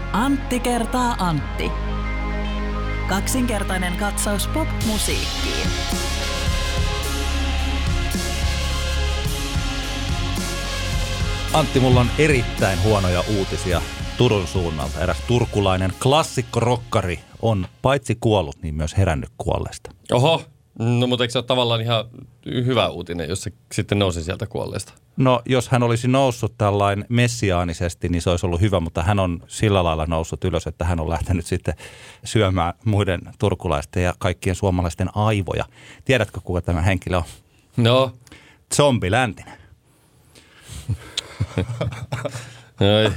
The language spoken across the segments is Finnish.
Antti kertaa Antti. Kaksinkertainen katsaus pop-musiikkiin. Antti, mulla on erittäin huonoja uutisia Turun suunnalta. Eräs turkulainen klassikkorokkari on paitsi kuollut, niin myös herännyt kuolleesta. Oho, no mutta eikö se ole tavallaan ihan hyvä uutinen, jos se sitten nousi sieltä kuolleesta? No, jos hän olisi noussut tällainen messiaanisesti, niin se olisi ollut hyvä, mutta hän on sillä lailla noussut ylös, että hän on lähtenyt sitten syömään muiden turkulaisten ja kaikkien suomalaisten aivoja. Tiedätkö, kuka tämä henkilö on? No. Zombi Läntinen. Ai.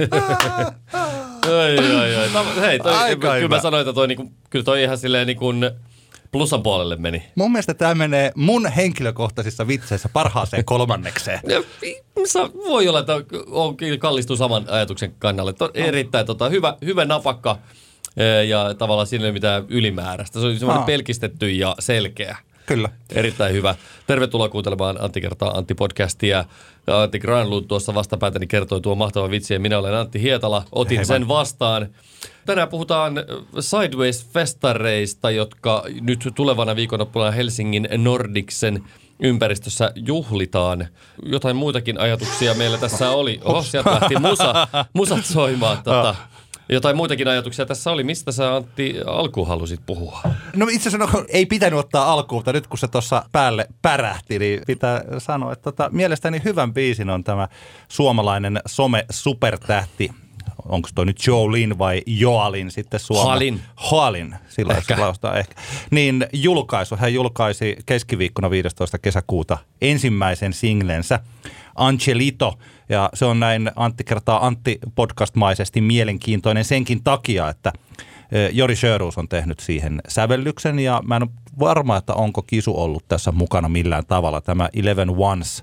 Hei, kyllä mä sanoin, että kyllä toi ihan silleen niin kuin plussan puolelle meni. Mun mielestä tämä menee mun henkilökohtaisissa vitseissä parhaaseen kolmannekseen. Voi olla, että on kallistunut saman ajatuksen kannalle. Erittäin hyvä napakka ja tavallaan siinä ei ole mitään ylimääräistä. Se oli semmoinen pelkistetty ja selkeä. Kyllä. Erittäin hyvä. Tervetuloa kuuntelemaan Antti kertaa Antti-podcastia. Antti Granlund tuossa vastapäätäni kertoi tuo mahtava vitsi ja minä olen Antti Hietala. Otin sen vastaan. Tänään puhutaan Sideways-festareista, jotka nyt tulevana viikonloppuna Helsingin Nordicsen ympäristössä juhlitaan. Jotain muitakin ajatuksia meillä tässä oli. Oho, sieltä lähti musat soimaan. Jotain muitakin ajatuksia tässä oli. Mistä sä, Antti, alkuun halusit puhua? No itse asiassa ei pitänyt ottaa alkuun, mutta nyt kun se tuossa päälle pärähti, niin pitää sanoa, että mielestäni hyvän biisin on tämä suomalainen some-supertähti. Onko toi nyt Jolin vai Joalin sitten Suomen? Halin, sillä laustaa ehkä. Niin julkaisu. Hän julkaisi keskiviikkona 15. kesäkuuta ensimmäisen singlensä Angelito. Ja se on näin Antti kertaa Antti podcast-maisesti mielenkiintoinen senkin takia, että Jori Sjöroos on tehnyt siihen sävellyksen ja mä en ole varma, että onko Kisu ollut tässä mukana millään tavalla. Tämä 11 Ones,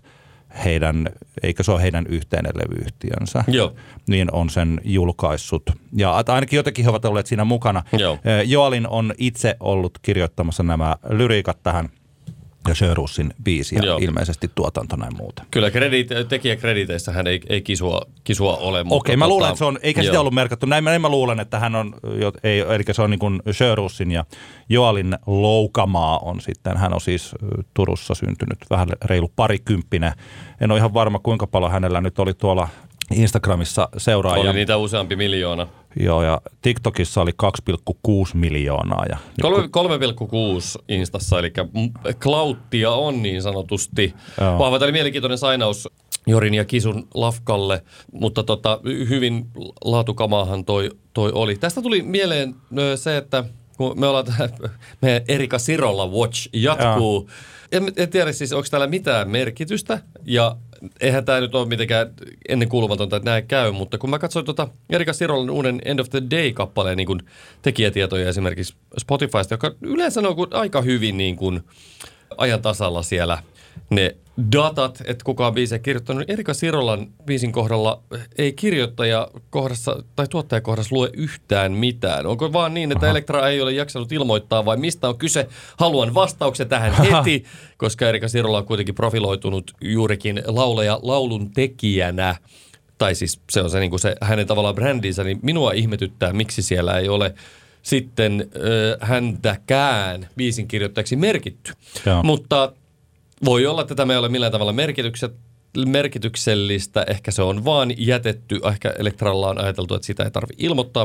eikö se ole heidän yhteinen levyyhtiönsä, Joo. Niin on sen julkaissut. Ja ainakin jotenkin he ovat olleet siinä mukana. Joo. Joalin on itse ollut kirjoittamassa nämä lyriikat tähän. Ja Sjöroosin biisi ja ilmeisesti tuotantona ja muuta. Kyllä tekijäkrediteissä hän ei kisua ole. Okei, mä luulen, että se on, eikä sitä ollut merkattu. Näin mä luulen, että hän on, eli se on niin kuin Sjöroosin ja Joalin loukamaa on sitten. Hän on siis Turussa syntynyt vähän reilu parikymppinen. En ole ihan varma, kuinka paljon hänellä nyt oli tuolla Instagramissa seuraajia. Oli niitä useampi miljoona. Joo, ja TikTokissa oli 2,6 miljoonaa. 3,6 Instassa, eli klauttia on niin sanotusti. Vahva, tämä oli mielenkiintoinen sainaus Jorin ja Kisun lafkalle, mutta hyvin laatukamahan toi oli. Tästä tuli mieleen se, että kun me ollaan meidän Erika Sirolla Watch jatkuu. En tiedä siis, onko täällä mitään merkitystä, ja eihän tämä nyt ole mitenkään ennen kuulumatonta, että näin käy, mutta kun mä katsoin Erika Sirolan uuden End of the Day-kappaleen niin kuin tekijätietoja esimerkiksi Spotifysta, joka yleensä on aika hyvin niin kuin ajan tasalla siellä ne datat, että kuka on biisiä kirjoittanut. Erika Sirolan biisin kohdalla ei kirjoittajakohdassa tai tuottajakohdassa lue yhtään mitään. Onko vaan niin, että Elektra ei ole jaksanut ilmoittaa vai mistä on kyse? Haluan vastauksen tähän heti, koska Erika Sirola on kuitenkin profiloitunut juurikin laulun tekijänä. Tai siis se on se, niin kuin se hänen tavallaan brändinsä, niin minua ihmetyttää, miksi siellä ei ole sitten häntäkään biisin kirjoittajaksi merkitty. Joo. Mutta voi olla, että tämä ei ole millään tavalla merkityksellistä. Ehkä se on vaan jätetty. Ehkä Elektralla on ajateltu, että sitä ei tarvitse ilmoittaa.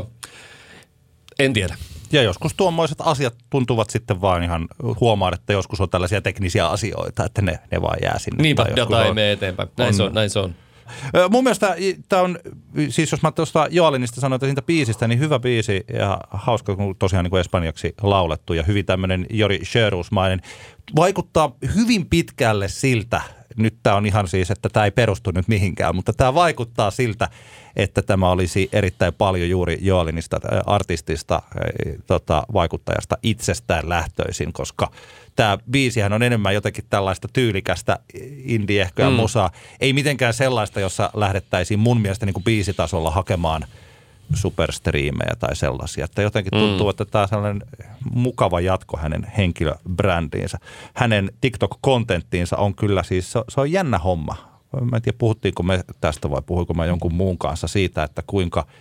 En tiedä. Ja joskus tuommoiset asiat tuntuvat sitten vaan ihan huomaan, että joskus on tällaisia teknisiä asioita, että ne vaan jää sinne. Niinpä, data ei mene eteenpäin. Näin se on. Mun mielestä tämä on, siis jos mä tuosta Joalinista sanoin, että siitä biisistä, niin hyvä biisi ja hauska, kun tosiaan niin kuin espanjaksi laulettu ja hyvin tämmöinen Jori Sjöroos-mainen. Vaikuttaa hyvin pitkälle siltä, nyt tämä on ihan siis, että tämä ei perustu nyt mihinkään, mutta tämä vaikuttaa siltä, että tämä olisi erittäin paljon juuri Joalinista artistista, vaikuttajasta itsestään lähtöisin, koska tämä biisihän on enemmän jotenkin tällaista tyylikästä indie-ehköä musaa. Ei mitenkään sellaista, jossa lähdettäisiin mun mielestä niin kuin biisitasolla hakemaan superstriimejä tai sellaisia. Että jotenkin tuntuu, että tämä on sellainen mukava jatko hänen henkilöbrändiinsä. Hänen TikTok-kontenttiinsa on kyllä siis, se on jännä homma. Mä en tiedä, puhuttiinko me tästä vai puhuiko mä jonkun muun kanssa siitä, että kuinka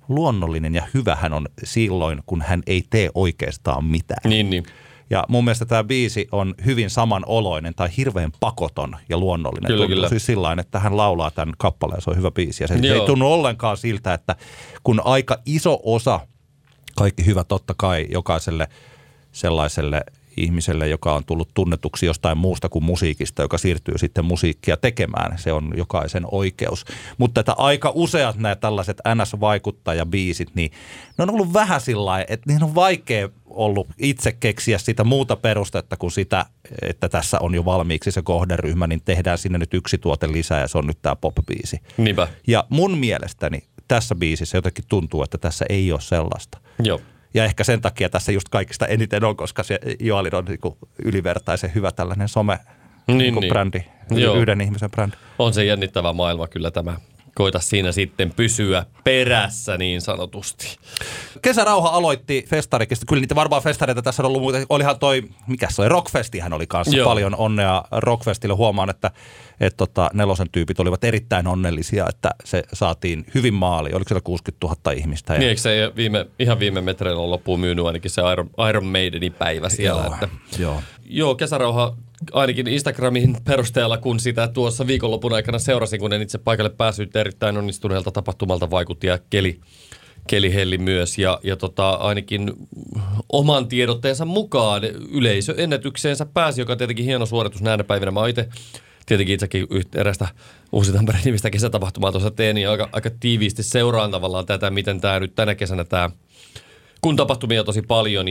luonnollinen ja hyvä hän on silloin, kun hän ei tee oikeastaan mitään. Niin. Ja mun mielestä tämä biisi on hyvin samanoloinen tai hirveän pakoton ja luonnollinen. Kyllä. Siis sillain, että hän laulaa tämän kappaleen, se on hyvä biisi. Ja se ei tunnu ollenkaan siltä, että kun aika iso osa, kaikki hyvä totta kai jokaiselle sellaiselle ihmiselle, joka on tullut tunnetuksi jostain muusta kuin musiikista, joka siirtyy sitten musiikkia tekemään. Se on jokaisen oikeus. Mutta että aika useat nämä tällaiset NS-vaikuttajabiisit, niin ne on ollut vähän sillain, että niin on vaikea ollut itse keksiä sitä muuta perustetta kuin sitä, että tässä on jo valmiiksi se kohderyhmä, niin tehdään sinne nyt yksi tuote lisää ja se on nyt tämä pop-biisi. Niinpä. Ja mun mielestäni tässä biisissä jotenkin tuntuu, että tässä ei ole sellaista. Joo. Ja ehkä sen takia tässä just kaikista eniten on, koska se Joalin on niin ylivertaisen hyvä tällainen some-brändi, yhden ihmisen brändi. On se jännittävä maailma kyllä tämä. Koita siinä sitten pysyä perässä niin sanotusti. Kesärauha aloitti festarikista. Kyllä niitä varmaan festareita tässä on ollut muuta. Olihan toi, mikä se oli, Rockfestihän oli kanssa. Paljon onnea Rockfestille. Huomaan, että Nelosen tyypit olivat erittäin onnellisia, että se saatiin hyvin maaliin. Oliko siellä 60 000 ihmistä? Niin, eikö se ihan viime metreillä on loppuun myynyt ainakin se Iron Maidenin päivä siellä? Joo, Kesärauha ainakin Instagramin perusteella, kun sitä tuossa viikonlopun aikana seurasin, kun en itse paikalle päässyt, erittäin onnistuneelta tapahtumalta vaikutti ja kelihelli myös. Ja ainakin oman tiedotteensa mukaan yleisöennätykseensä pääsi, joka on tietenkin hieno suoritus näinä päivinä. Mä tietenkin itsekin erästä Uusi-Tampereen nimistä kesätapahtumaa tuossa teen, ja aika tiiviisti seuraan tavallaan tätä, miten tämä nyt tänä kesänä kun tapahtumia tosi paljon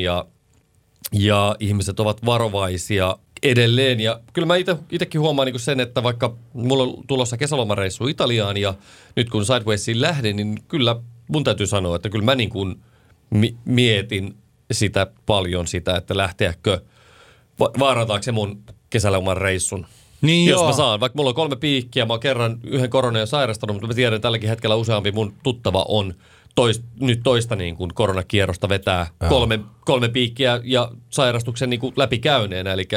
ja ihmiset ovat varovaisia edelleen. Ja kyllä mä itsekin huomaan niin sen, että vaikka mulla on tulossa kesälomareissu Italiaan ja nyt kun Sidewaysiin lähden, niin kyllä mun täytyy sanoa, että kyllä mä niin kuin mietin sitä paljon sitä, että lähteäkö, vaarantaako se mun kesäloman reissun. Niin jos mä saan, vaikka mulla on 3 piikkiä, mä oon kerran yhden koronan sairastanut, mutta mä tiedän, että tälläkin hetkellä useampi mun tuttava on nyt toista niin kuin koronakierrosta vetää 3 piikkiä ja sairastuksen niin kuin läpikäyneenä. Eli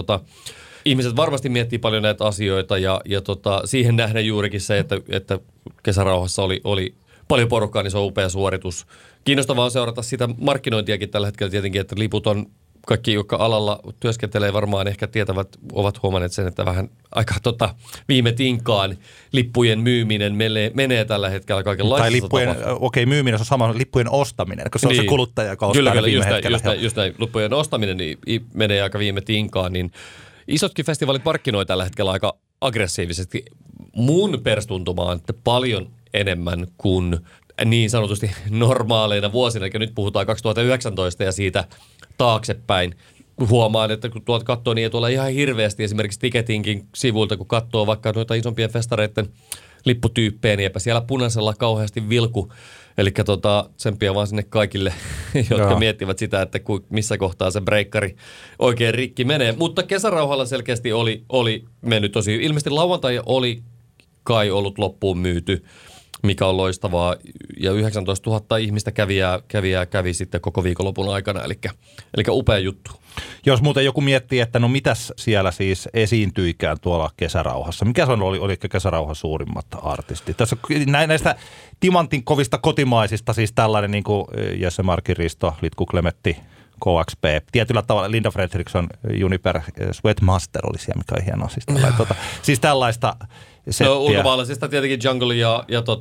ihmiset varmasti miettii paljon näitä asioita ja siihen nähdään juurikin se, että kesärauhassa oli paljon porukkaa, niin se on upea suoritus. Kiinnostavaa on seurata sitä markkinointiakin tällä hetkellä tietenkin, että liput on kaikki, jotka alalla työskentelee varmaan ehkä tietävät, ovat huomanneet sen, että vähän aika viime tinkaan lippujen myyminen menee tällä hetkellä kaikenlaisissa. Tai lippujen, myyminen, se on sama lippujen ostaminen, koska se on se kuluttaja, joka ostaa kyllä, viime hetkellä. Just näin, lippujen ostaminen niin menee aika viime tinkaan, niin isotkin festivaalit markkinoi tällä hetkellä aika aggressiivisesti. Mun perstuntuma on paljon enemmän kuin niin sanotusti normaaleina vuosina, eli nyt puhutaan 2019 ja siitä taaksepäin. Huomaan, että kun tuolta katsoo, niin ei tuolla ihan hirveästi esimerkiksi Ticketinkin sivuilta, kun katsoo vaikka noita isompien festareiden lipputyyppejä, niin eipä siellä punaisella kauheasti vilku. Eli tsemppiä vaan sinne kaikille, jotka miettivät sitä, että missä kohtaa se breikkari oikein rikki menee. Mutta kesärauhalla selkeästi oli mennyt tosi. Ilmeisesti lauantai oli kai ollut loppuun myyty, mikä on loistavaa. Ja 19 000 ihmistä kävi sitten koko viikonlopun aikana, eli upea juttu. Jos muuten joku miettii, että no mitäs siellä siis esiintyikään tuolla kesärauhassa. Mikä se oli kesärauhan suurimmat artistit? Tässä näistä timantin kovista kotimaisista, siis tällainen niin kuin Jesse Markin Risto, Litku Klemetti, KXP. Tietyllä tavalla Linda Fredriksson, Juniper, Sweatmaster oli siellä, mikä on hienoa. Siis tällaista settiä. No ulkomaalaisista tietenkin Jungle ja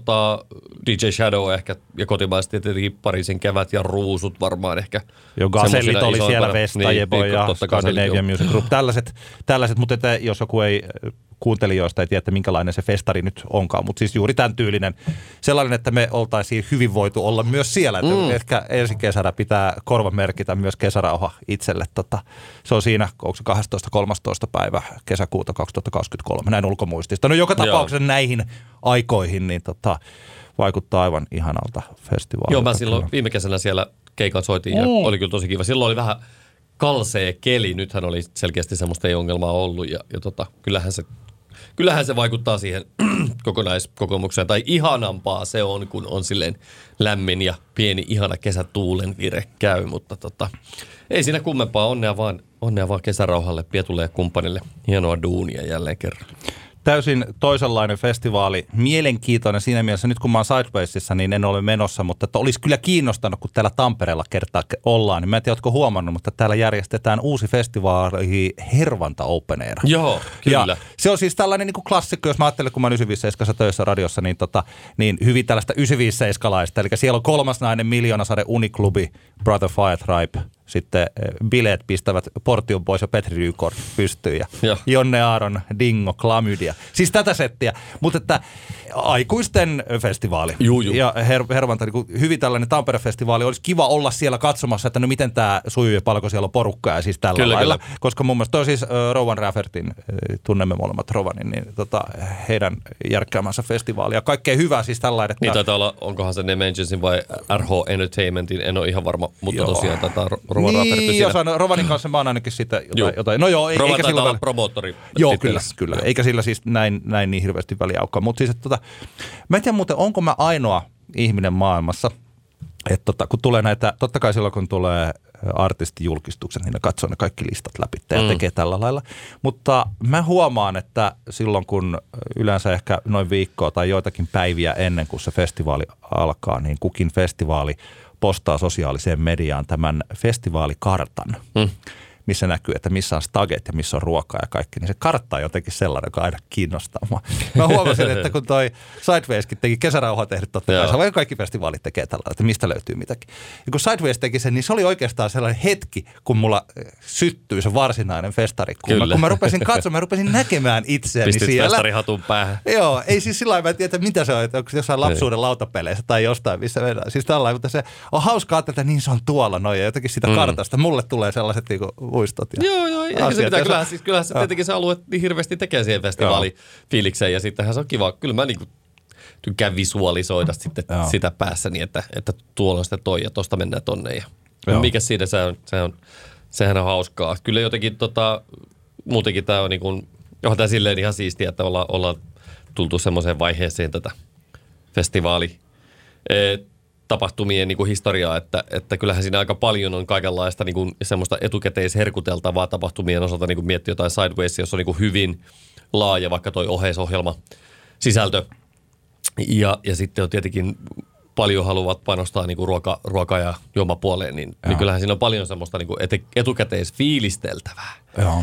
DJ Shadow ehkä, ja kotimaisesti tietenkin Pariisin kevät ja Ruusut varmaan ehkä. Jo Gazellit oli siellä, Vestajebo ja Scandinavian Music Group. Tällaiset, mutta että jos joku ei kuuntelijoista ei tiedä, että minkälainen se festari nyt onkaan, mutta siis juuri tämän tyylinen. Sellainen, että me oltaisiin hyvin voitu olla myös siellä. Että ehkä ensi kesänä pitää korvamerkitä myös kesärauha itselle. Se on siinä, onko se 12-13 päivä kesäkuuta 2023, näin ulkomuistista. No joka tapauksessa näihin aikoihin niin vaikuttaa aivan ihanalta festivaalilta. Joo, mä silloin viime kesänä siellä keikan soitin ja oli kyllä tosi kiva. Silloin oli vähän kalsea keli. Nythän oli selkeästi semmoista ei ongelmaa ollut ja kyllähän se vaikuttaa siihen kokonaiskokemukseen. Tai ihanampaa se on, kun on silleen lämmin ja pieni ihana kesätuulen vire käy. Mutta ei siinä kummempaa. Onnea vaan kesärauhalle, Pietulle ja kumppanille. Hienoa duunia jälleen kerran. Täysin toisenlainen festivaali. Mielenkiintoinen siinä mielessä, nyt kun mä oon Sidewaysissa, niin en ole menossa, mutta että olisi kyllä kiinnostanut, kun täällä Tampereella kertaa ollaan. Niin mä en tiedä, ootko huomannut, mutta täällä järjestetään uusi festivaali Hervanta Open Air. Joo, kyllä. Ja se on siis tällainen niin kuin klassikko, jos mä ajattelen, kun mä oon 957 töissä radiossa, niin, niin hyvin tällaista 957-laista. Eli siellä on kolmas nainen, Miljoonasade, Uniklubi, Brother Fire Tribe. Sitten bileet pistävät Portion Boys ja Petri Rykord pystyyn ja Jonne Aaron, Dingo, Klamydia. Siis tätä settiä. Mutta että aikuisten festivaali. Ja Hervanta, niin hyvin tällainen Tampere-festivaali. Olisi kiva olla siellä katsomassa, että no miten tämä sujuu ja paljonko siellä on porukkaa ja siis tällä lailla. Kyllä. Koska mun mielestä toi siis Rowan Raffertin, tunnemme molemmat Rovanin, niin heidän järkkäämänsä festivaali. Ja kaikkea hyvää siis tällainen. Niin taitaa olla, onkohan se Nementionsin vai RH Entertainmentin, en ole ihan varma, mutta tosiaan taitaa Rowan Raffertin siinä. Joo, Rovanin kanssa mä oon ainakin sitä jotain. No joo, Rowan eikä sillä olla promoottori. Joo, kyllä. Eikä sillä siis näin niin hirveästi väliaukkaa. Mutta siis, että mä en tiedä muuten, onko mä ainoa ihminen maailmassa, että kun tulee näitä, totta kai silloin kun tulee artistijulkistukset, niin ne katsoo ne kaikki listat läpi ja tekee tällä lailla. Mutta mä huomaan, että silloin kun yleensä ehkä noin viikkoa tai joitakin päiviä ennen kuin se festivaali alkaa, niin kukin festivaali postaa sosiaaliseen mediaan tämän festivaalikartan, missä näkyy, että missä on staget ja missä on ruokaa ja kaikki. Niin se kartta on jotenkin sellainen, joka aina kiinnostaa mua. Mä huomasin, että kun toi Sidewayskin teki kesärauhaa tehdä totta kai, kaikki festivaalit tekee tällä, että mistä löytyy mitäkin. Ja kun Sideways teki sen, niin se oli oikeastaan sellainen hetki, kun mulla syttyi se varsinainen festari. Kun mä rupesin katsomaan, mä rupesin näkemään itseäni pistit siellä. Pistit festarihatun päähän. Joo, ei siis sillä lailla, mä en tiedä, mitä se on, että onko se jossain lapsuuden lautapeleissä tai jostain, missä mennään. Siis tällä mutta se on hauskaa, että niin se on tuolla noin ja jotenkin sitä kartasta. Mulle tulee sellaiset niinku muistot. Joo, eikä se mitään. Kyllähän se tietenkin se alue niin hirveästi tekee siihen festivaalifiilikseen ja sittenhän se on kiva. Kyllä mä niinku tykkään visualisoida sitten sitä päässäni, että tuolla on sitten toi ja tosta mennään tonne. Ja mikä siinä sehän on hauskaa. Kyllä jotenkin muutenkin tää on niinku, onhan tää silleen ihan siistiä, että ollaan tultu semmoiseen vaiheeseen tätä festivaali tapahtumien niin kuin historiaa, että kyllähän siinä aika paljon on kaikenlaista niin kuin semmoista etukäteisherkuteltavaa tapahtumien osalta, niin kuin miettii jotain Sideways, jossa on niin kuin hyvin laaja vaikka toi oheisohjelma sisältö. Ja sitten on tietenkin paljon haluavat panostaa niin kuin ruoka- ja juomapuoleen, niin kyllähän siinä on paljon semmoista niin kuin etukäteisfiilisteltävää. Joo.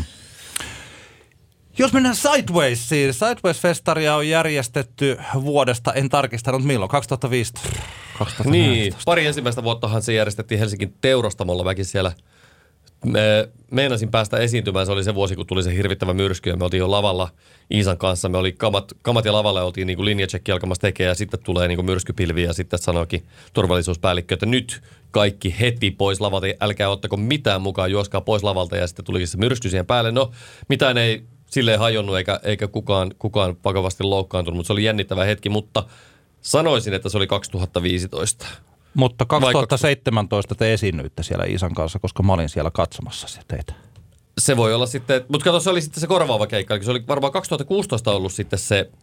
Jos mennään Sidewaysiin, Sideways-festaria on järjestetty vuodesta, en tarkistanut milloin, 2015. Niin, pari ensimmäistä vuottahan se järjestettiin Helsingin Teurastamolla. Mäkin siellä meinasin päästä esiintymään. Se oli se vuosi, kun tuli se hirvittävä myrsky ja me oltiin jo lavalla Iisan kanssa. Me oli kamat ja lavalla ja oltiin niin kuin linjachecki alkamassa tekemään ja sitten tulee niin kuin myrskypilvi ja sitten sanoikin turvallisuuspäällikkö, että nyt kaikki heti pois lavalta. Älkää ottako mitään mukaan, juoskaa pois lavalta ja sitten tulikin se myrsky siihen päälle. No, mitään ei silleen hajonnut eikä kukaan vakavasti loukkaantunut, mutta se oli jännittävä hetki, mutta sanoisin, että se oli 2015. Mutta 2017 te esiinnyitte siellä Iisan kanssa, koska mä olin siellä katsomassa se teitä. Se voi olla sitten, mutta kato, se oli sitten se korvaava keikka. Se oli varmaan 2016 ollut sitten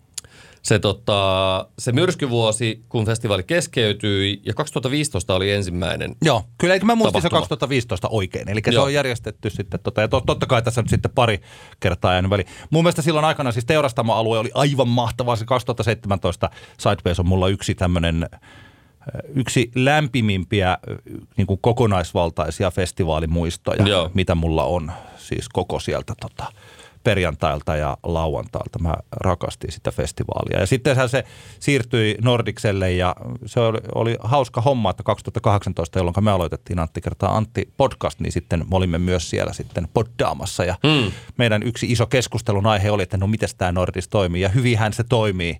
se myrskyvuosi, kun festivaali keskeytyi, ja 2015 oli ensimmäinen. Joo, kyllä eikö mä muistin se 2015 oikein. Eli se on järjestetty sitten, ja totta kai tässä nyt sitten pari kertaa jäänyt väliin. Mun mielestä silloin aikana siis Teurastamo-alue oli aivan mahtavaa. Se 2017 Sideways on mulla yksi lämpimimpiä niin kuin kokonaisvaltaisia festivaalimuistoja, mitä mulla on siis koko sieltä perjantailta ja lauantailta. Mä rakastin sitä festivaalia. Ja sittenhän se siirtyi Nordicselle ja se oli hauska homma, että 2018, jolloin me aloitettiin Antti kertaa Antti podcast, niin sitten me olimme myös siellä sitten poddaamassa. Ja meidän yksi iso keskustelun aihe oli, että no miten tämä Nordics toimii ja hyvinhän se toimii.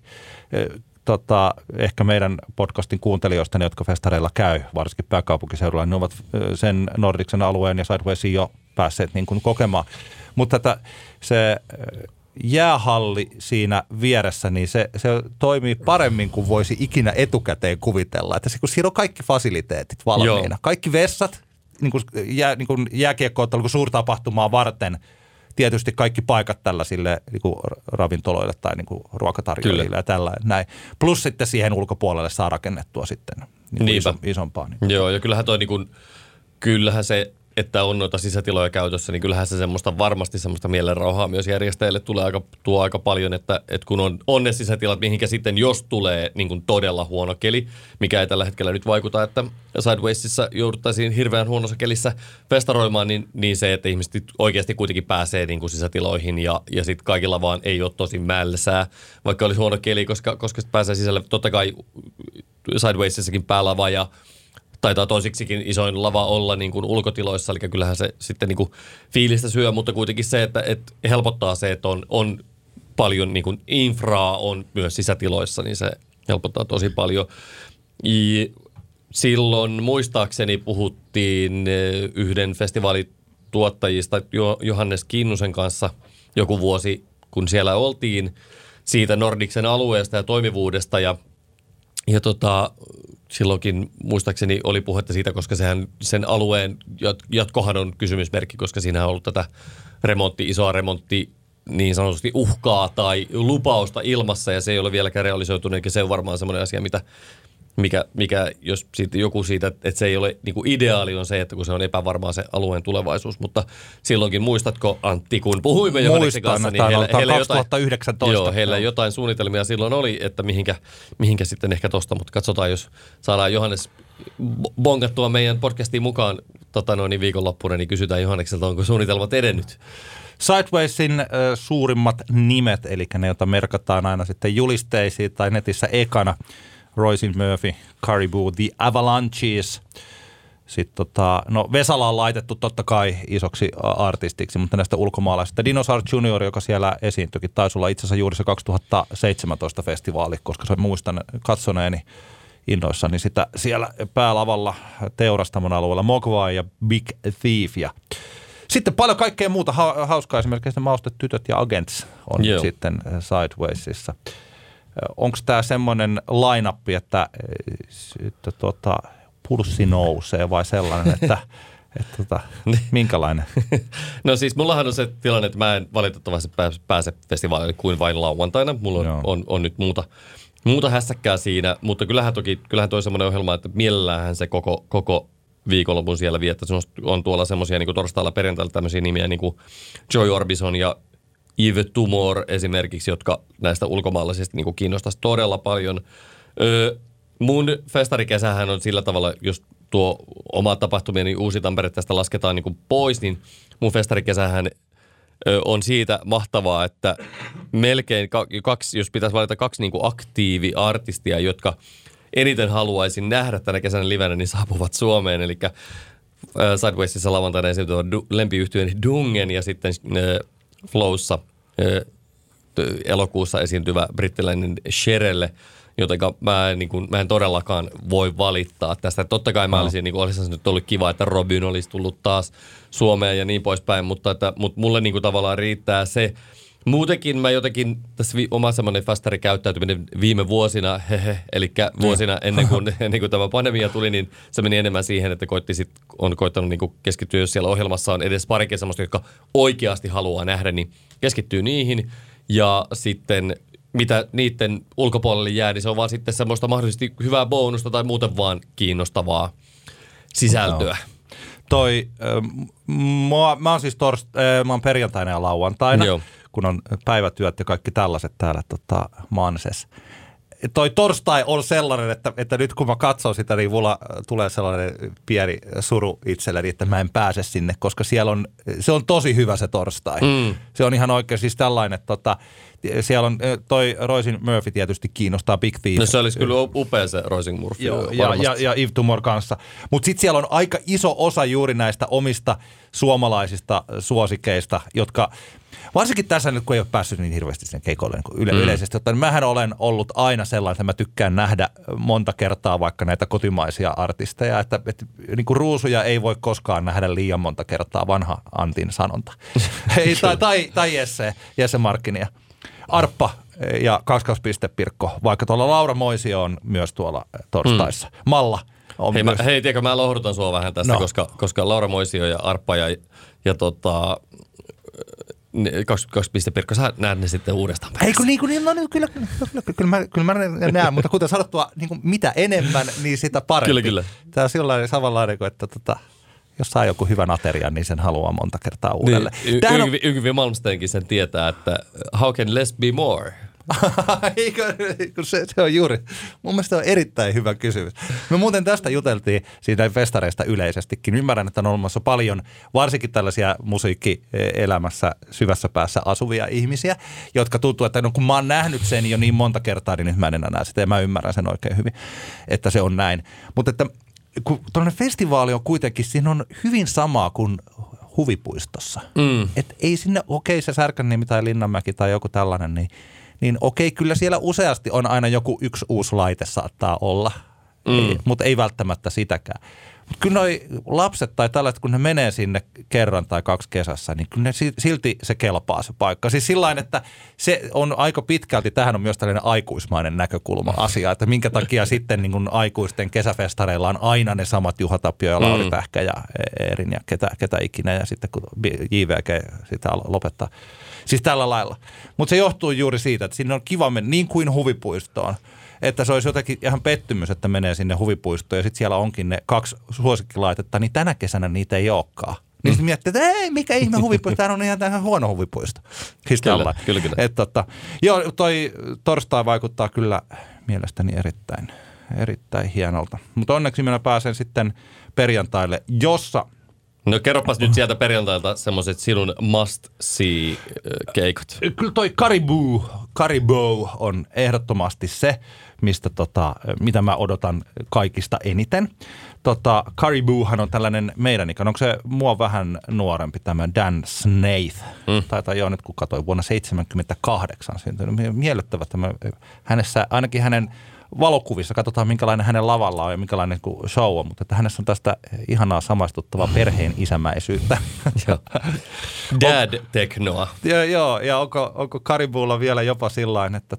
Ehkä meidän podcastin kuuntelijoista, ne, jotka festareilla käy, varsinkin pääkaupunkiseudulla, ne ovat sen Nordicsen alueen ja Sidewaysin jo päässeet niin kuin kokemaan. Mutta se jäähalli siinä vieressä, niin se toimii paremmin kuin voisi ikinä etukäteen kuvitella. Että kun siinä on kaikki fasiliteetit valmiina, kaikki vessat, niin kuin jääkiekko-ottelu, suurtapahtumaa varten, tietysti kaikki paikat tällaisille niin kuin ravintoloille tai niin kuin ruokatarjoajille ja tällainen näin. Plus sitten siihen ulkopuolelle saa rakennettua sitten niin isompaa. Niin. Joo, ja kyllähän toi niin kuin, kyllähän se että on noita sisätiloja käytössä, niin kyllähän se varmasti semmoista mielenrauhaa myös järjestäjille tuo aika paljon, että kun on ne sisätilat, mihinkä sitten jos tulee niin kuin todella huono keli, mikä ei tällä hetkellä nyt vaikuta, että Sidewaysissa jouduttaisiin hirveän huonossa kelissä festaroimaan, niin se, että ihmiset oikeasti kuitenkin pääsee niin kuin sisätiloihin ja sitten kaikilla vaan ei ole tosi mälsää, vaikka olisi huono keli, koska pääsee sisälle. Totta kai Sidewaysissakin päälava ja taitaa toisiksikin isoin lava olla niin kuin ulkotiloissa, eli kyllähän se sitten niin kuin fiilistä syö, mutta kuitenkin se, että helpottaa se, että on paljon niin kuin infraa on myös sisätiloissa, niin se helpottaa tosi paljon. Silloin muistaakseni puhuttiin yhden festivaalituottajista Johannes Kinnusen kanssa joku vuosi, kun siellä oltiin siitä Nordicsen alueesta ja toimivuudesta ja silloinkin muistaakseni oli puhetta siitä, koska sen alueen jatkohan on kysymysmerkki, koska siinä on ollut tätä isoa remontti niin sanotusti uhkaa tai lupausta ilmassa ja se ei ole vieläkään realisoitunut, eikä se on varmaan semmoinen asia, mikä jos joku siitä, että se ei ole niin kuin ideaali on se, että kun se on epävarmaa se alueen tulevaisuus, mutta silloinkin muistatko Antti, kun puhuimme Johanneksen kanssa, niin heillä 2019. Heillä jotain suunnitelmia silloin oli, että mihinkä sitten ehkä tosta, mutta katsotaan, jos saadaan Johannes bongattua meidän podcastiin mukaan viikonloppuna, niin kysytään Johannekselta, onko suunnitelmat edennyt. Sidewaysin suurimmat nimet, eli ne, joita merkataan aina sitten julisteisiin tai netissä ekana, Roisin Murphy, Caribou, The Avalanches. Sitten Vesala on laitettu totta kai isoksi artistiksi, mutta näistä ulkomaalaisista. Dinosaur Junior, joka siellä esiintyikin, taisi olla itse asiassa juuri se 2017 festivaali, koska se muistan katsoneeni innoissani sitä siellä päälavalla teurastamon alueella. Mogwai ja Big Thief ja sitten paljon kaikkea muuta hauskaa, esimerkiksi Maustetytöt ja Agents on sitten Sidewaysissa. Onko tämä semmoinen line-up, että pulssi nousee vai sellainen, että minkälainen? No siis mullahan on se tilanne, että mä en valitettavasti pääse festivaalille kuin vain lauantaina. Mulla on nyt muuta hässäkkää siinä, mutta kyllähän toi semmoinen ohjelma, että mielellähän se koko viikonlopun siellä viettää. On tuolla semmoisia niin kuin torstailla perjantailla tämmöisiä nimiä niin kuin Joy Orbison ja Yves Tumor esimerkiksi, jotka näistä ulkomaalaisista niin kuin kiinnostaisi todella paljon. Mun festarikesähän on sillä tavalla, jos tuo oma tapahtumia, niin Uusi-Tampere tästä lasketaan niin kuin pois, niin mun festarikesähän on siitä mahtavaa, että melkein jos pitäisi valita kaksi niin kuin aktiiviartistia, jotka eniten haluaisin nähdä tänä kesänä livenä, niin saapuvat Suomeen. Eli Sidewaysissa lauantaina esiintyvä lempiyhtiöni Dungen ja sitten Flowssa elokuussa esiintyvä brittiläinen Sherelle, jotenka mä en todellakaan voi valittaa tästä. Totta kai olisi nyt ollut kiva, että Robin olisi tullut taas Suomeen ja niin poispäin, mutta mulle niin kuin tavallaan riittää se. Muutenkin mä jotenkin, tässä oma semmoinen festarikäyttäytyminen viime vuosina, eli vuosina ennen kuin tämä pandemia tuli, niin se meni enemmän siihen, että on koittanut niin kuin keskittyä, jos siellä ohjelmassa on edes parikin semmoista, jotka oikeasti haluaa nähdä, niin keskittyy niihin. Ja sitten mitä niiden ulkopuolelle jää, niin se on vaan sitten semmoista mahdollisesti hyvää bonusta tai muuten vaan kiinnostavaa sisältöä. Mä oon siis mä oon perjantaina ja lauantaina. Joo. Kun on päivätyöt ja kaikki tällaiset täällä Manses. Toi torstai on sellainen, että nyt kun mä katson sitä, niin mulla tulee sellainen pieni suru itselleni, että mä en pääse sinne, koska se on tosi hyvä se torstai. Se on ihan oikein siis tällainen, että siellä on toi Roisin Murphy tietysti kiinnostaa, Big Thief. No se olisi kyllä upea se Roisin Murphy. Ja Yves Tumor kanssa. Mutta sitten siellä on aika iso osa juuri näistä omista suomalaisista suosikeista, jotka varsinkin tässä nyt, kun ei ole päässyt niin hirveästi sinne keikoille niin yleisesti, niin mähän olen ollut aina sellainen, että mä tykkään nähdä monta kertaa vaikka näitä kotimaisia artisteja, että niin kuin ruusuja ei voi koskaan nähdä liian monta kertaa, vanha Antin sanonta. tai Jesse Markkinia. Arppa ja 2 Pirkko, vaikka tuolla Laura Moisio on myös tuolla torstaissa. Malla on myös. Tiedätkö, mä lohdutan sua vähän tästä, koska Laura Moisio ja Arppa ja 22 Pirkko, sä näet ne sitten uudestaan perässä. Kyllä mä näen, mutta kuten sanottua, niin kuin mitä enemmän, niin sitä parempi. Kyllä. Tämä on sellainen samanlainen kuin, että jos saa joku hyvän aterian, niin sen haluaa monta kertaa uudelleen. Yngvi Malmsteenkin sen tietää, että how can less be more? Se on juuri. Mun mielestä on erittäin hyvä kysymys. Me muuten tästä juteltiin siitä festareista yleisestikin. Ymmärrän, että on olemassa paljon, varsinkin tällaisia musiikkielämässä syvässä päässä asuvia ihmisiä, jotka tuntuu, että no kun mä oon nähnyt sen jo niin monta kertaa, niin nyt mä en enää näe sitä. Ja mä ymmärrän sen oikein hyvin, että se on näin. Mutta että kun tuollainen festivaali on kuitenkin, siinä on hyvin samaa kuin huvipuistossa. Että ei sinne, se Särkänniemi tai Linnanmäki tai joku tällainen, niin kyllä siellä useasti on aina joku yksi uusi laite saattaa olla, mutta ei välttämättä sitäkään. Mutta kyllä noi lapset tai tällaiset, kun ne menee sinne kerran tai 2 kesässä, niin kyllä ne silti se kelpaa se paikka. Siis sillain, että se on aika pitkälti, tähän on myös tällainen aikuismainen näkökulma asia, että minkä takia sitten niin kun aikuisten kesäfestareilla on aina ne samat Juha Tapio ja Lauri Tähkä ja Erin ja ketä ikinä ja sitten kun JVG sitä lopettaa. Siis tällä lailla. Mutta se johtuu juuri siitä, että sinne on kiva mennä niin kuin huvipuistoon. Että se olisi jotenkin ihan pettymys, että menee sinne huvipuistoon ja sitten siellä onkin ne 2 suosikkilaitetta, niin tänä kesänä niitä ei olekaan. Niin sitten miettii, että ei, mikä ihme huvipuisto, tämä on ihan huono huvipuisto. Siis kyllä. Joo, toi torstai vaikuttaa kyllä mielestäni erittäin hienolta. Mutta onneksi minä pääsen sitten perjantaille, jossa... No kerropas nyt sieltä perjantailta semmoiset sinun must-see-keikot. Kyllä toi Caribou on ehdottomasti se, mitä mä odotan kaikista eniten. Caribouhan on tällainen meidän ikäinen, onko se mua vähän nuorempi tämä Dan Snaith? Taitaa jo nyt kun katsoin vuonna 1978 syntynyt. Miellyttävä tämä hänessä, ainakin hänen valokuvissa, katsotaan minkälainen hänen lavalla on ja minkälainen show on, mutta että hänessä on tästä ihanaa samaistuttavaa perheen isämäisyyttä. Dad-teknoa. Joo, ja onko Cariboulla vielä jopa sillain, että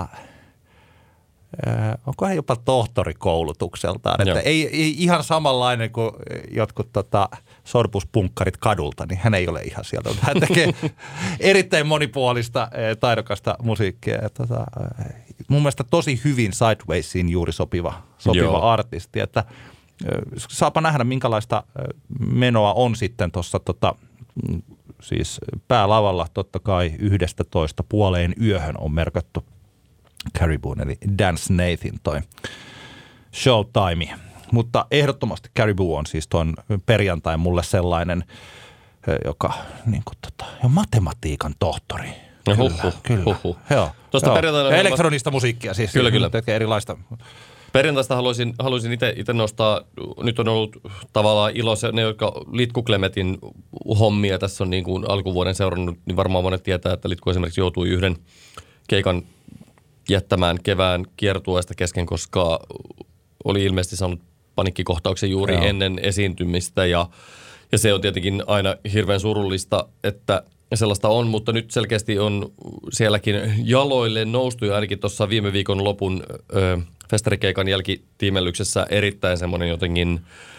onko hän jopa tohtorikoulutukseltaan, että ei ihan samanlainen kuin jotkut sorbuspunkkarit kadulta, niin hän ei ole ihan sieltä. Hän tekee erittäin monipuolista, taidokasta musiikkia. Mun mielestä tosi hyvin Sidewaysiin juuri sopiva artisti, että saapa nähdä minkälaista menoa on sitten tuossa siis päälavalla totta kai 11:30 on merkattu Cariboon, eli Dan Snaithin toi showtime. Mutta ehdottomasti Caribou on siis tuon perjantain mulle sellainen, joka niin kuin jo matematiikan tohtori. Kyllä. Joo. Tuosta perjantaina elektronista musiikkia siis. Kyllä. Tekee erilaista. Perjantaista haluaisin itse nostaa, nyt on ollut tavallaan ilo, ne jotka Litku Klemetin hommia tässä on niin kuin alkuvuoden seurannut, niin varmaan monet tietää, että Litku esimerkiksi joutui yhden keikan jättämään kevään kiertueesta kesken, koska oli ilmeisesti saanut paniikkikohtauksen juuri ennen esiintymistä ja se on tietenkin aina hirveän surullista, että sellaista on, mutta nyt selkeästi on sielläkin jaloille noustu ja ainakin tuossa viime viikon lopun festarikeikan jälkitiimellyksessä erittäin semmoinen jotenkin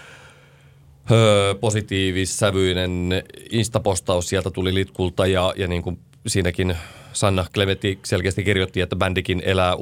positiivissävyinen instapostaus sieltä tuli Litkulta ja niin kuin siinäkin Sanna Klemetti selkeästi kirjoitti, että bändikin elää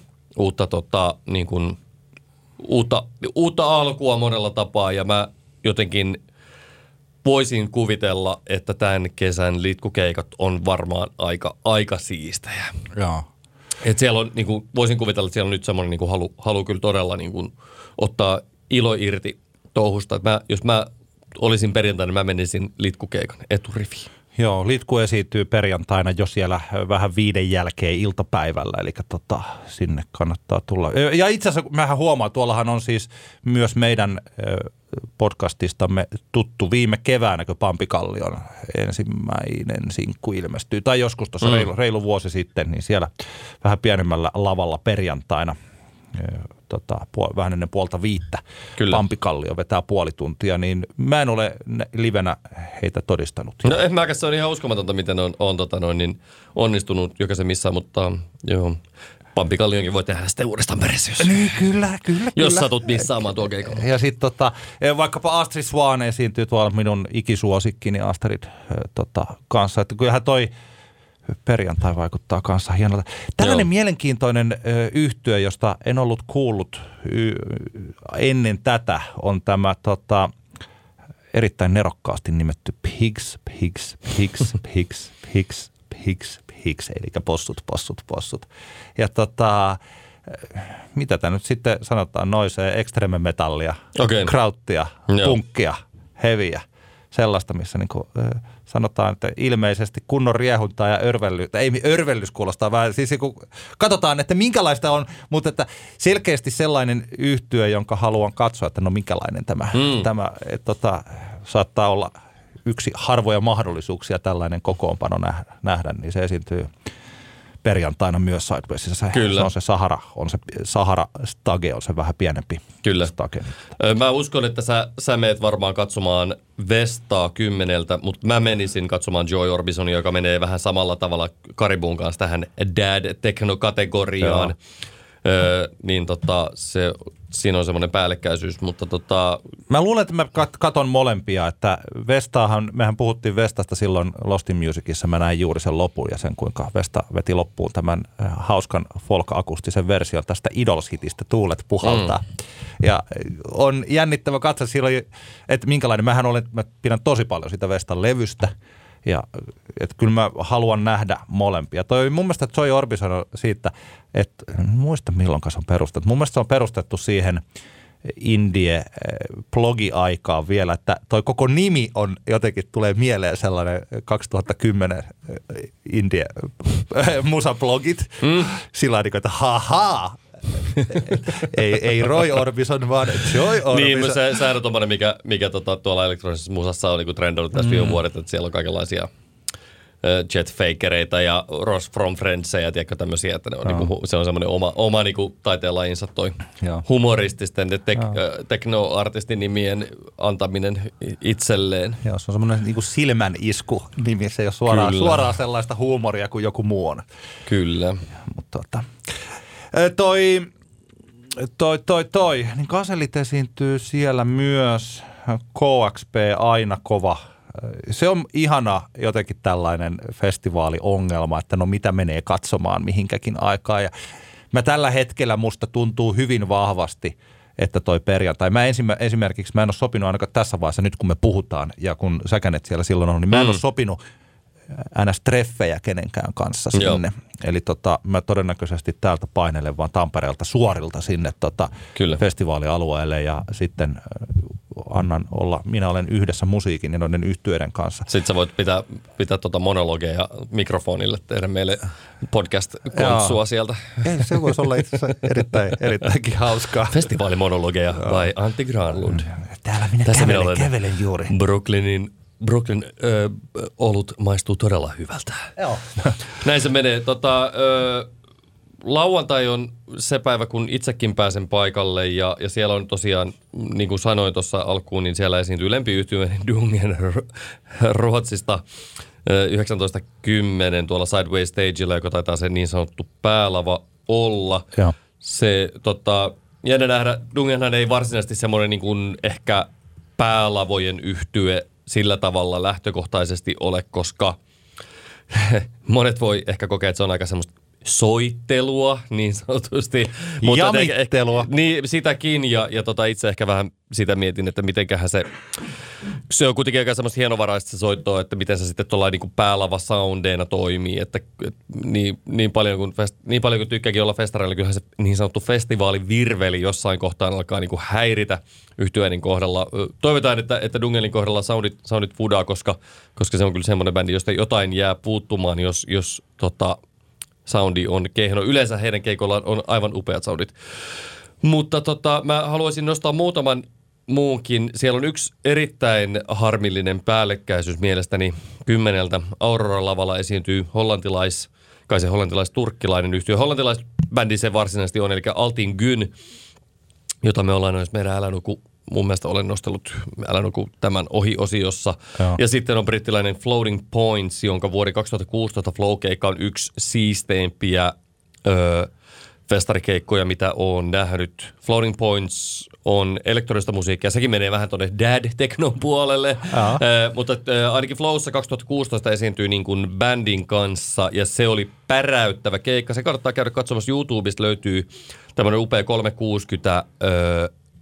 uutta alkua monella tapaa ja mä jotenkin voisin kuvitella, että tämän kesän litkukeikat on varmaan aika siistejä. Joo. Et siellä on, niin kuin, voisin kuvitella, että siellä on nyt semmoinen niin kuin halu kyllä todella niin kuin, ottaa ilo irti touhusta. Jos mä olisin perjantaina, mä menisin litkukeikan eturiviin. Joo, Litku esiintyy perjantaina jo siellä vähän 5 jälkeen iltapäivällä, eli sinne kannattaa tulla. Ja itse asiassa mähän huomaan, tuollahan on siis myös meidän podcastistamme tuttu viime keväänä, kun Pampikallion ensimmäinen sinkku ilmestyy, tai joskus tuossa reilu vuosi sitten, niin siellä vähän pienemmällä lavalla perjantaina, vähän ennen 4:30 Pampikallio vetää puoli tuntia, niin mä en ole livenä heitä todistanut. No en mäkäs, se on ihan uskomatonta, miten on niin onnistunut jokaisen missään, mutta joo. Pampikallionkin voi tehdä sitten uudestaan perässä, kyllä. Jos satut missaamaan tuo keikalla. Ja sitten vaikkapa Astrid Swan esiintyy tuolla minun ikisuosikkini Astrid kanssa, että kyllähän toi perjantai vaikuttaa kanssa hienolta. Tällainen mielenkiintoinen yhtye, josta en ollut kuullut ennen tätä, on tämä erittäin nerokkaasti nimetty Pigs, eli possut. Ja mitä tämä nyt sitten sanotaan, noisee extreme metallia, krauttia, punkkia, heviä, sellaista, missä niinku, sanotaan, että ilmeisesti kunnon riehuntaa ja örvellys kuulostaa vähän, siis kun katsotaan, että minkälaista on, mutta että selkeästi sellainen yhtye, jonka haluan katsoa, että no minkälainen tämä saattaa olla yksi harvoja mahdollisuuksia tällainen kokoonpano nähdä, niin se esiintyy perjantaina myös Sidewaysissa. Kyllä. Se on se Sahara Stage on se vähän pienempi. Kyllä. Stage. Mä uskon, että sä meet varmaan katsomaan Vestaa 10, mutta mä menisin katsomaan Joy Orbisonia, joka menee vähän samalla tavalla Caribun kanssa tähän dad-techno-kategoriaan. Niin siinä on semmoinen päällekkäisyys, mutta Mä luulen, että mä katon molempia, että mehän puhuttiin Vestasta silloin Lost in Musicissa, mä näin juuri sen lopun ja sen kuinka Vesta veti loppuun tämän hauskan folk-akustisen version tästä Idols-hitistä Tuulet puhaltaa. Ja on jännittävä katsoa silloin, että minkälainen, mä pidän tosi paljon sitä Vestan levystä. Ja että kyllä mä haluan nähdä molempia. Mun mielestä Joy Orbison on siitä, että muista milloinkaan se on perustettu. Mun mielestä se on perustettu siihen indie-blogi-aikaan vielä, että toi koko nimi on jotenkin tulee mieleen sellainen 2010 indie-musablogit. Sillä tavalla, että haha! ei Roy Orbison, vaan Joy Orbison. Niin, sehän on tommoinen, mikä tuolla elektronisessa musassa on niin trendannut tässä viime vuodet, että siellä on kaikenlaisia jetfakereita ja Ross from Friendsia, tiedätkö tämmöisiä, että ne on, niinku, se on semmoinen oma niinku taiteenlajinsa toi humorististen teknoartistin nimien antaminen itselleen. Joo, se on semmoinen niinku silmän isku nimi, se ei ole suoraan sellaista huumoria kuin joku muu on. Kyllä. Mutta niin Kaselit esiintyy siellä myös, KXP aina kova. Se on ihana jotenkin tällainen festivaaliongelma, että no mitä menee katsomaan mihinkäkin aikaan. Ja mä tällä hetkellä musta tuntuu hyvin vahvasti, että toi perjantai. Esimerkiksi mä en ole sopinut ainakaan tässä vaiheessa, nyt kun me puhutaan ja kun Säkänet siellä silloin on, niin mä en ole sopinut NS-treffejä kenenkään kanssa sinne. Joo. Eli mä todennäköisesti täältä painelen vaan Tampereelta suorilta sinne festivaalialueelle ja sitten annan olla, minä olen yhdessä musiikin ja noiden yhtyeiden kanssa. Sitten sä voit pitää monologeja mikrofonille, tehdä meille podcast-kontsua sieltä. Ei, se voisi olla itse asiassa erittäinkin hauskaa. Festivaalimonologeja by Antti Granlund. Täällä minä kävelen juuri. Brooklyn olut maistuu todella hyvältä. Joo. Näin se menee. Lauantai on se päivä, kun itsekin pääsen paikalle ja siellä on tosiaan, niin kuin sanoin tuossa alkuun, niin siellä esiintyy lempiyhtymä Dungen Ruotsista 1910 tuolla Sideways Stagella, joka taitaa se niin sanottu päälava olla. Joo. Se jännä nähdä, Dungenhan ei varsinaisesti semmoinen niin kuin ehkä päälavojen yhtye sillä tavalla lähtökohtaisesti ole, koska monet voi ehkä kokea, että se on aika semmoista soittelua niin sanotusti. Jamittelua. Niin, sitäkin ja itse ehkä vähän sitä mietin, että mitenköhän se on kuitenkin aika semmoista hienovaraista se soittoa, että miten se sitten tuollainen niin kuin päälava soundeina toimii, että niin paljon kuin tykkääkin olla festareilla, kyllähän se niin sanottu festivaalivirveli jossain kohtaan alkaa niin kuin häiritä yhtyeiden kohdalla. Toivotaan, että Dungelin kohdalla soundit fudaa, koska se on kyllä semmoinen bändi, josta jotain jää puuttumaan, jos soundi on kehno. Yleensä heidän keikoillaan on aivan upeat soundit. Mutta mä haluaisin nostaa muutaman muunkin. Siellä on yksi erittäin harmillinen päällekkäisyys mielestäni 10. Aurora-lavalla esiintyy hollantilais-turkkilainen yhtiö. Hollantilaisbändi se varsinaisesti on, eli Altin Gyn, jota me ollaan myös meidän Älä nuku, mun mielestä olen nostellut Älä nuku tämän ohi-osiossa. Joo. Ja sitten on brittiläinen Floating Points, jonka vuoden 2016 Flow-keikka on yksi siisteimpiä festarikeikkoja, mitä olen nähnyt. Floating Points on elektronista musiikkia. Sekin menee vähän tuonne dad-teknon puolelle. Mutta ainakin Flowssa 2016 esiintyi niin kuin bändin kanssa ja se oli päräyttävä keikka. Se kannattaa käydä katsomassa. YouTubesta löytyy tämmöinen upea 360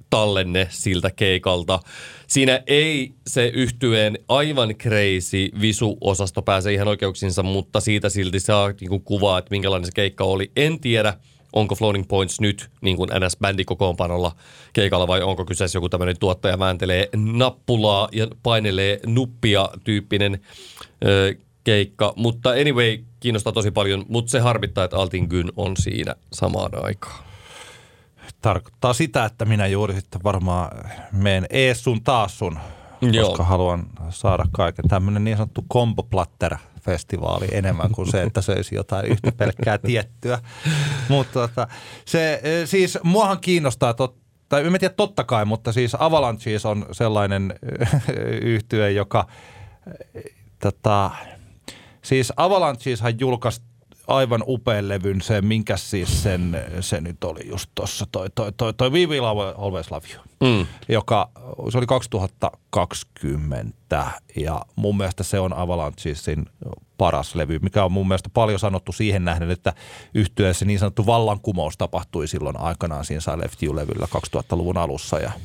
tallenne siltä keikalta. Siinä ei se yhtyeen aivan crazy visu-osasto pääse ihan oikeuksinsa, mutta siitä silti saa niin kuvaa, että minkälainen se keikka oli. En tiedä, onko Floating Points nyt niin kuin NS-bändikokoonpanolla keikalla vai onko kyseessä joku tämmöinen tuottaja vääntelee nappulaa ja painelee nuppia tyyppinen keikka. Mutta anyway, kiinnostaa tosi paljon, mutta se harmittaa, että Altin Gyn on siinä samaan aikaan. Tarkoittaa sitä, että minä juuri sitten varmaan menen ees sun taas sun, koska haluan saada kaiken. Tämmöinen niin sanottu komboplatter-festivaali enemmän kuin se, että söisi jotain yhtä pelkkää tiettyä. Mutta se siis muahan kiinnostaa, tai en tiedä totta kai, mutta siis Avalanches on sellainen yhtye, joka siis Avalanceshan julkaisi aivan upean levyn, se minkä siis se nyt oli just tossa, toi We Will Always Love You, joka se oli 2020 ja mun mielestä se on Avalanchesin paras levy, mikä on mun mielestä paljon sanottu siihen nähden, että yhtyeessä niin sanottu vallankumous tapahtui silloin aikanaan siinä I Left You-levyllä 2000-luvun alussa ja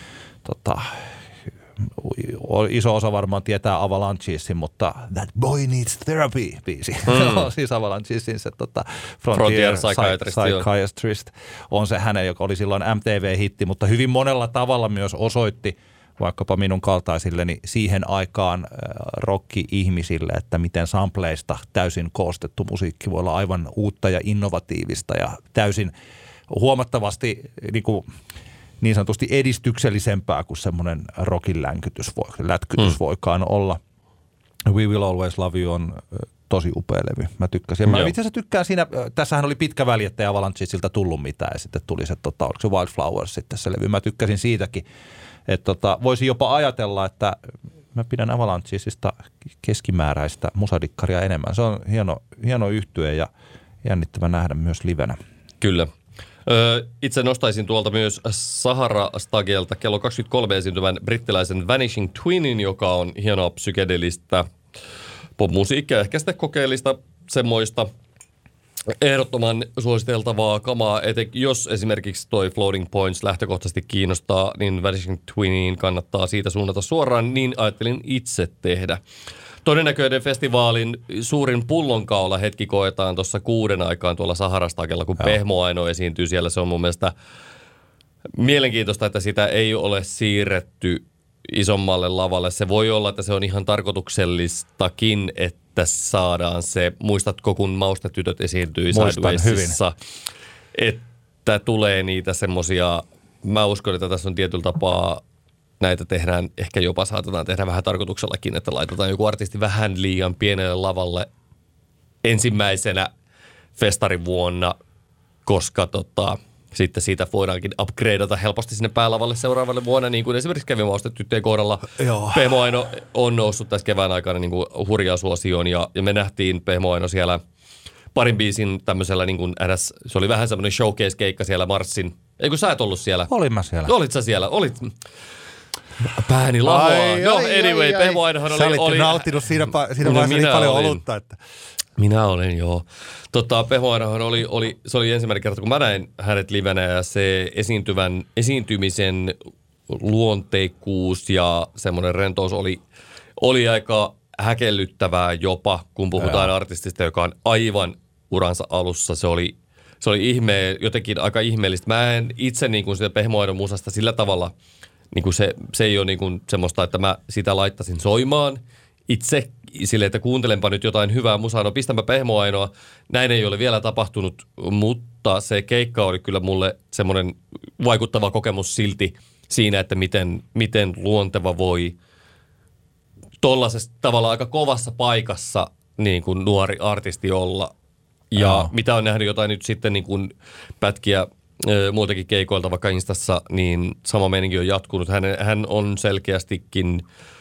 iso osa varmaan tietää Avalanchesin, mutta That Boy Needs Therapy-biisi. Siis Avalanchesin se Frontier Psychiatrist on se hänen, joka oli silloin MTV-hitti, mutta hyvin monella tavalla myös osoitti vaikkapa minun kaltaisilleni siihen aikaan rock-ihmisille, että miten sampleista täysin koostettu musiikki voi olla aivan uutta ja innovatiivista ja täysin huomattavasti niin sanotusti edistyksellisempää kuin semmoinen rockin lätkytys voikaan olla. We Will Always Love You on tosi upea levy. Mä tykkäsin. Mä itse asiassa tykkään siinä, tässähän oli pitkä väli, ettei Avalanchesilta tullut mitään ja sitten tuli se, oliko se Wildflowers sitten se levy. Mä tykkäsin siitäkin, että voisin jopa ajatella, että mä pidän Avalancesista keskimääräistä musadikkaria enemmän. Se on hieno yhtye ja jännittävä nähdä myös livenä. Kyllä. Itse nostaisin tuolta myös Sahara Stagelta kello 23 esiintyvän brittiläisen Vanishing Twinin, joka on hienoa psykedelistä popmusiikkia, ehkä sitten kokeellista semmoista ehdottoman suositeltavaa kamaa. Jos esimerkiksi toi Floating Points lähtökohtaisesti kiinnostaa, niin Vanishing Twiniin kannattaa siitä suunnata suoraan, niin ajattelin itse tehdä. Todennäköinen festivaalin suurin pullonkaula hetki koetaan tuossa 6 aikaan tuolla Saharastagella, kun Pehmo Aino esiintyy siellä. Se on mun mielestä mielenkiintoista, että sitä ei ole siirretty isommalle lavalle. Se voi olla, että se on ihan tarkoituksellistakin, että saadaan se. Muistatko, kun Maustetytöt esiintyi Sidewaysissa, että tulee niitä semmosia, mä uskon, että tässä on tietyllä tapaa näitä tehdään, ehkä jopa saatetaan tehdä vähän tarkoituksellakin, että laitetaan joku artisti vähän liian pienelle lavalle ensimmäisenä festarivuonna, koska sitten siitä voidaankin upgradeata helposti sinne päälavalle seuraavalle vuonna, niin kuin esimerkiksi kävi Maustetyttöjen kohdalla. Pehmo Aino on noussut tässä kevään aikana niin kuin hurjaa suosioon ja me nähtiin Pehmo Aino siellä parin biisin tämmöisellä niin kuin se oli vähän semmoinen showcase-keikka siellä Marssin. Eikö sä et ollut siellä? Olin mä siellä. Olit sä siellä? Olit. Pääni lahoaa. Anyway, Pehmo Ainohan oli... Sä olitte nauttinut siinä vaiheessa niin paljon olutta, että... Minä olen, joo. Pehmo Ainohan se oli ensimmäinen kerta, kun mä näin hänet livenä ja se esiintymisen luonteikkuus ja semmoinen rentous oli aika häkellyttävää jopa, kun puhutaan artistista, joka on aivan uransa alussa. Se oli jotenkin aika ihmeellistä. Mä en itse niin kuin sitä Pehmo Ainon musasta sillä tavalla... Niin kuin se ei ole niin kuin semmoista, että mä sitä laittaisin soimaan itse sille, että kuuntelenpa nyt jotain hyvää musaa. No pistänpä Pehmo Ainoa. Näin ei ole vielä tapahtunut, mutta se keikka oli kyllä mulle semmoinen vaikuttava kokemus silti siinä, että miten luonteva voi tollaisessa tavallaan aika kovassa paikassa niin kuin nuori artisti olla. Ja mitä on nähnyt jotain nyt sitten niin kuin pätkiä muutenkin keikoilta vaikka Instassa, niin sama meininki on jatkunut. Hän on selkeästikin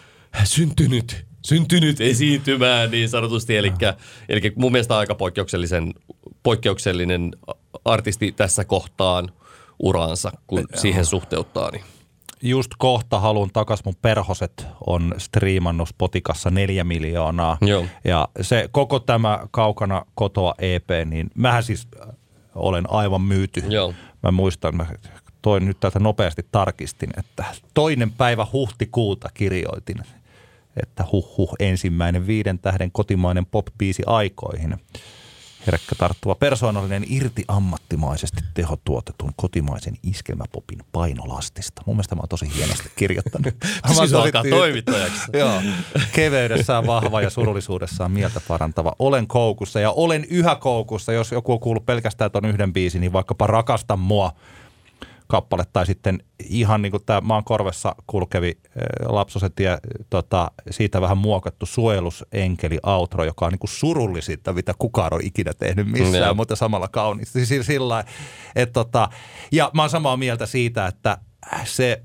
syntynyt esiintymään niin sanotusti. Eli mun mielestä aika poikkeuksellinen artisti tässä kohtaan uraansa, kun siihen suhteuttaa. Niin. Just kohta Haluun takas mun perhoset on striimannut Spotikassa 4 miljoonaa. Joo. Ja se koko tämä Kaukana kotoa EP, niin mähän siis olen aivan myyty. Joo. Mä muistan, mä toin nyt täältä nopeasti tarkistin, että 2. päivä huhtikuuta kirjoitin, että ensimmäinen 5 tähden kotimainen pop-biisi aikoihin. Herkkä tarttuva persoonallinen irti ammattimaisesti tehotuotetun kotimaisen iskelmäpopin painolastista. Mun mielestä mä oon tosi hienosti kirjoittanut. Siis alkaa toimittajaksi. Joo. Keveydessään vahva ja surullisuudessaan mieltä parantava. Olen koukussa ja olen yhä koukussa. Jos joku on kuullut pelkästään ton yhden biisin, niin vaikkapa Rakasta mua kappale, tai sitten ihan niin kuin tämä Maan korvessa kulkevi Lapsoset ja siitä vähän muokattu Suojelusenkeli outro, joka on niin kuin surullisinta, mitä kukaan on ikinä tehnyt missään, mutta samalla kauniista. Siis sillä että ja mä oon samaa mieltä siitä, että se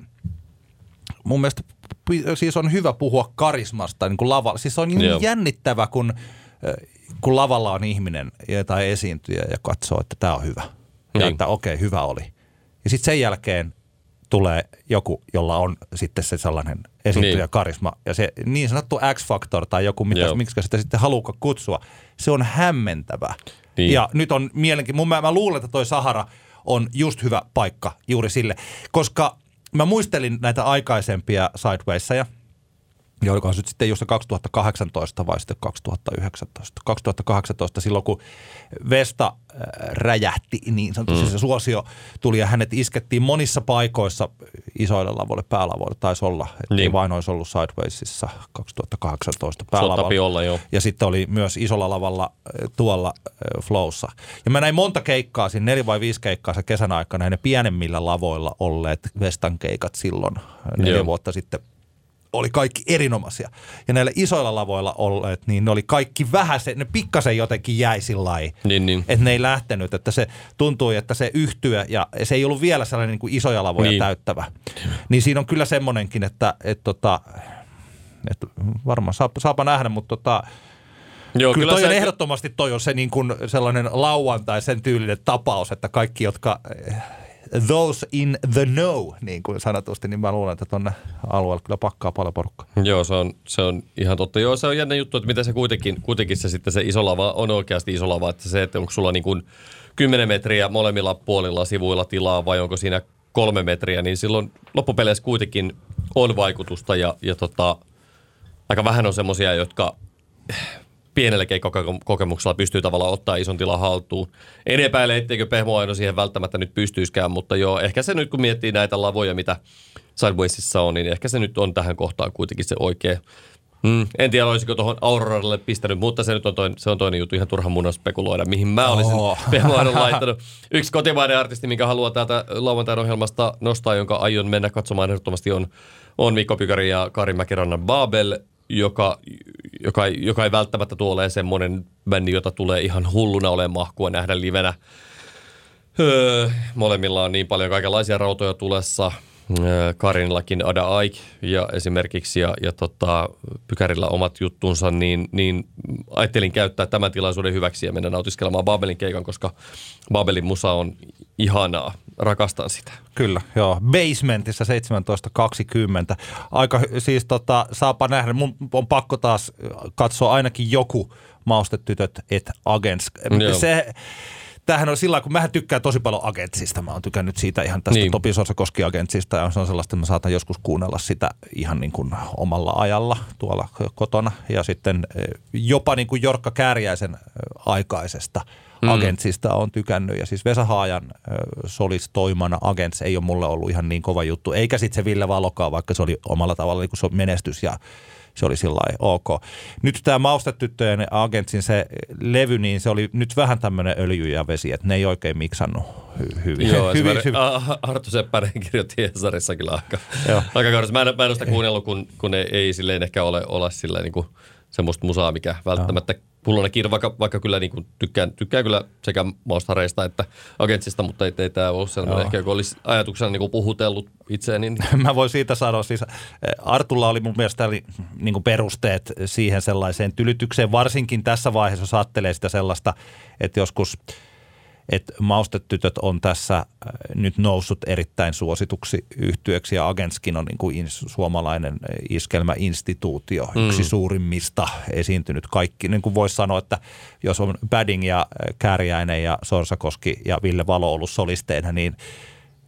mun mielestä siis on hyvä puhua karismasta niin kuin lavalla. Siis on niin jännittävä, kun lavalla on ihminen tai esiintyjä ja katsoo, että tämä on hyvä. Ja että okei, hyvä oli. Ja sitten sen jälkeen tulee joku, jolla on sitten se sellainen esiintyjä karisma. Ja se niin sanottu X-Factor tai joku, miksi sitä sitten haluukaan kutsua, se on hämmentävä. Niin. Ja nyt on mielenkiintoinen. Mä luulen, että toi Sahara on just hyvä paikka juuri sille. Koska mä muistelin näitä aikaisempia Sidewaysia, ja olikohan se sitten just 2018 vai sitten 2019. 2018 silloin, kun Vesta räjähti, niin sanotusti se suosio tuli ja hänet iskettiin monissa paikoissa isoille lavoille, päälavoille taisi olla. Ei vain olisi ollut Sidewaysissa 2018 päälavoilla. Olla, joo. Ja sitten oli myös isolla lavalla tuolla Flowssa. Ja mä näin monta keikkaa, siinä 4 vai 5 keikkaa se kesän aikana, ja ne pienemmillä lavoilla olleet Vestan keikat silloin 4 vuotta sitten oli kaikki erinomaisia. Ja näillä isoilla lavoilla olleet, niin ne oli kaikki vähäsen, ne pikkasen jotenkin jäi sillai, että ne ei lähtenyt. Että se tuntui, että se yhtyä ja se ei ollut vielä sellainen niin kuin isoja lavoja täyttävä. Niin siinä on kyllä semmonenkin, että varmaan saapa nähdä, mutta joo, kyllä toi on ehdottomasti toi on se niin kuin sellainen lauantai, sen tyylinen tapaus, että kaikki, jotka those in the know, niin kuin sanotusti, niin mä luulen, että tuonne alueelle kyllä pakkaa paljon porukkaa. Joo, se on ihan totta. Joo, se on jännä juttu, että mitä se kuitenkin se sitten se iso lava on oikeasti iso lava, että se, että onko sulla niin kuin 10 metriä molemmilla puolilla sivuilla tilaa vai onko siinä 3 metriä, niin silloin loppupeleissä kuitenkin on vaikutusta ja aika vähän on semmoisia, jotka pienellä keikkakokemuksella pystyy tavallaan ottaa ison tilan haltuun. En epäile, etteikö Pehmo Aino siihen välttämättä nyt pystyiskään, mutta joo, ehkä se nyt kun miettii näitä lavoja, mitä Sidewaysissa on, niin ehkä se nyt on tähän kohtaan kuitenkin se oikea. En tiedä, olisiko tuohon Auroralle pistänyt, mutta se nyt on toinen juttu, ihan turha mun on spekuloida, mihin mä olisin Pehmo Ainon laittanut. Yksi kotimainen artisti, minkä haluaa täältä lauantain ohjelmasta nostaa, jonka aion mennä katsomaan ehdottomasti on Mikko Pykäri ja Kari Mäkirannan Babel, joka ei välttämättä tuo ole semmoinen bändi, jota tulee ihan hulluna olemaan mahkua nähdä livenä. Molemmilla on niin paljon kaikenlaisia rautoja tulessa. Karinillakin Ada Aik ja esimerkiksi ja Pykärillä omat juttunsa, niin ajattelin käyttää tämän tilaisuuden hyväksi ja mennä nautiskelemaan Babelin keikan, koska Babelin musa on ihanaa. Rakastan sitä. Kyllä, joo. Basementissa 17.20. Aika siis saapa nähdä. Mun on pakko taas katsoa ainakin joku Maustetytöt et Agents. Tämähän on sillä kun mähän tykkään tosi paljon Agentsista. Mä oon tykännyt siitä ihan tästä Topi Sorsakoski Agentsista ja se on sellaista, että mä saatan joskus kuunnella sitä ihan niin kuin omalla ajalla tuolla kotona. Ja sitten jopa niin kuin Jorkka Kääriäisen aikaisesta Agentsista on tykännyt. Ja siis Vesa Haajan solistoimana Agents ei ole mulle ollut ihan niin kova juttu. Eikä sitten se Ville Valokaan, vaikka se oli omalla tavalla niin kuin se menestys ja se oli sillai ok. Nyt tämä Maustetyttöjen Agentsin se levy, niin se oli nyt vähän tämmöinen öljy ja vesi, että ne ei oikein miksannut hyvin. Joo, Arttu Seppänen kirjoitti Hesarissa kyllä aika kaudessa. Mä en ole sitä kuunnellut, kun ei silleen ehkä ole silleen niin kuin semmoista musaa, mikä välttämättä pullona kiinni, vaikka kyllä niin kuin tykkään kyllä sekä Maustareista että Agentsista, mutta ei tämä ole sellainen ehkä, joka olisi ajatuksena niin kuin puhutellut itseäni. Niin. Mä voin siitä sanoa, siis Artulla oli mun mielestä niin kuin perusteet siihen sellaiseen tylytykseen, varsinkin tässä vaiheessa, jos ajattelee sitä sellaista, että joskus että Maustetytöt on tässä nyt noussut erittäin suosituksi yhtyeeksi ja Agentskin on niin kuin suomalainen iskelmäinstituutio, yksi suurimmista esiintynyt kaikki. Niin kuin voisi sanoa, että jos on Bading ja Kääriäinen ja Sorsakoski ja Ville Valo ollut solisteina, niin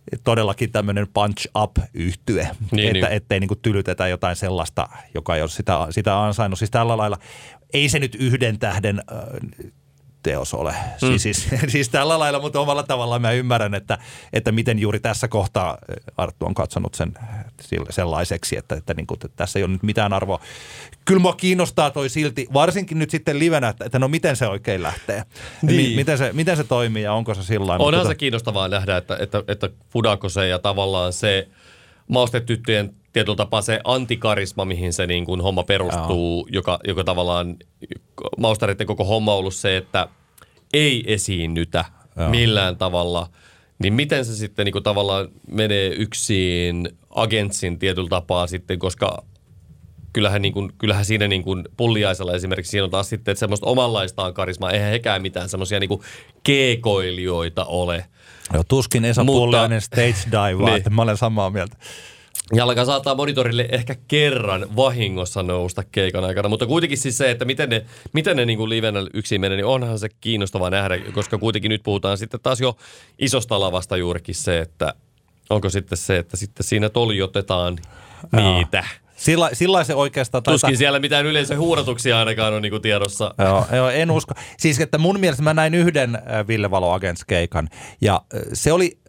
todellakin tämmöinen punch-up-yhtye, ettei niin kuin tylytetä jotain sellaista, joka ei ole sitä ansainnut. Siis tällä lailla, ei se nyt 1 tähden teos ole. Siis tällä lailla, mutta omalla tavallaan mä ymmärrän, että miten juuri tässä kohtaa Arttu on katsonut sen sellaiseksi, että niin kuin, että tässä ei ole nyt mitään arvoa. Kyllä mua kiinnostaa toi silti, varsinkin nyt sitten livenä, että no miten se oikein lähtee. Niin. Miten se toimii ja onko se sillain. Onhan se kiinnostavaa nähdä, että fudaako se ja tavallaan se maustetyttöjen tietyllä tapaa se antikarisma, mihin se niin kuin homma perustuu, joka tavallaan maustareiden koko homma on ollut se, että ei esiinnytä millään tavalla, niin miten se sitten niin kuin tavallaan menee yksin agentsin tietyllä tapaa sitten, koska kyllähän siinä niin kuin Pulliaisella esimerkiksi siinä on taas sitten, että semmoista omanlaistaan karismaa, eihän hekään mitään semmoisia niin kuin keekoilijoita ole. Joo, tuskin Esa Pulliainen stage dive, että mä olen samaa mieltä. Jalka saattaa monitorille ehkä kerran vahingossa nousta keikan aikana, mutta kuitenkin siis se, että miten ne niin kuin livenä yksin menee, niin onhan se kiinnostavaa nähdä, koska kuitenkin nyt puhutaan sitten taas jo isosta lavasta juurikin se, että onko sitten se, että sitten siinä toljotetaan niitä. Sillä se oikeastaan... Tuskin siellä mitään yleisöhuudatuksia ainakaan on niin kuin tiedossa. Joo, en usko. Siis, että mun mielestä mä näin yhden Ville Valo Agents-keikan ja se oli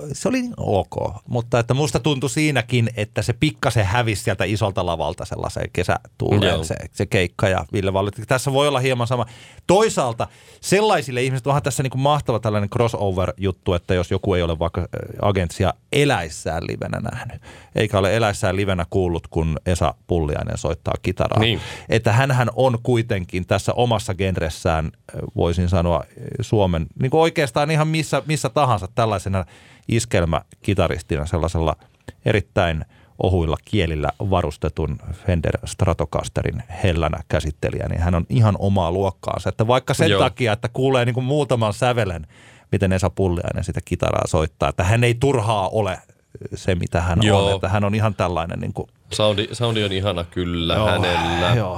ok, mutta että musta tuntui siinäkin, että se pikkasen hävisi sieltä isolta lavalta sellaiseen kesätuuleen se keikka ja Ville Valo. Tässä voi olla hieman sama. Toisaalta sellaisille ihmisille, onhan tässä niin kuin mahtava tällainen crossover-juttu, että jos joku ei ole vaikka Agentsia eläissään livenä nähnyt, eikä ole eläissään livenä kuullut, kun Esa Pulliainen soittaa kitaraa. Niin. Että hänhän on kuitenkin tässä omassa genressään, voisin sanoa, Suomen, niin kuin oikeastaan ihan missä tahansa tällaisena iskelmäkitaristina sellaisella erittäin ohuilla kielillä varustetun Fender Stratocasterin hellänä käsittelijä, niin hän on ihan omaa luokkaansa. Että vaikka sen takia, että kuulee niin kuin muutaman sävelen, miten Esa Pulliainen sitä kitaraa soittaa, että hän ei turhaa ole se, mitä hän on, että hän on ihan tällainen niin kuin... Soundi on ihana kyllä hänellä. Joo,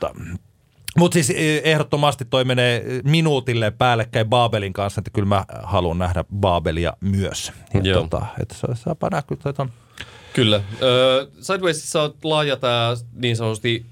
mutta siis ehdottomasti toi menee minuutille päällekkäin Babelin kanssa, että kyllä mä haluan nähdä Babelia myös. Että saapa nähdä kyllä ton. Kyllä. Sidewaysissa on laaja tämä niin sanotusti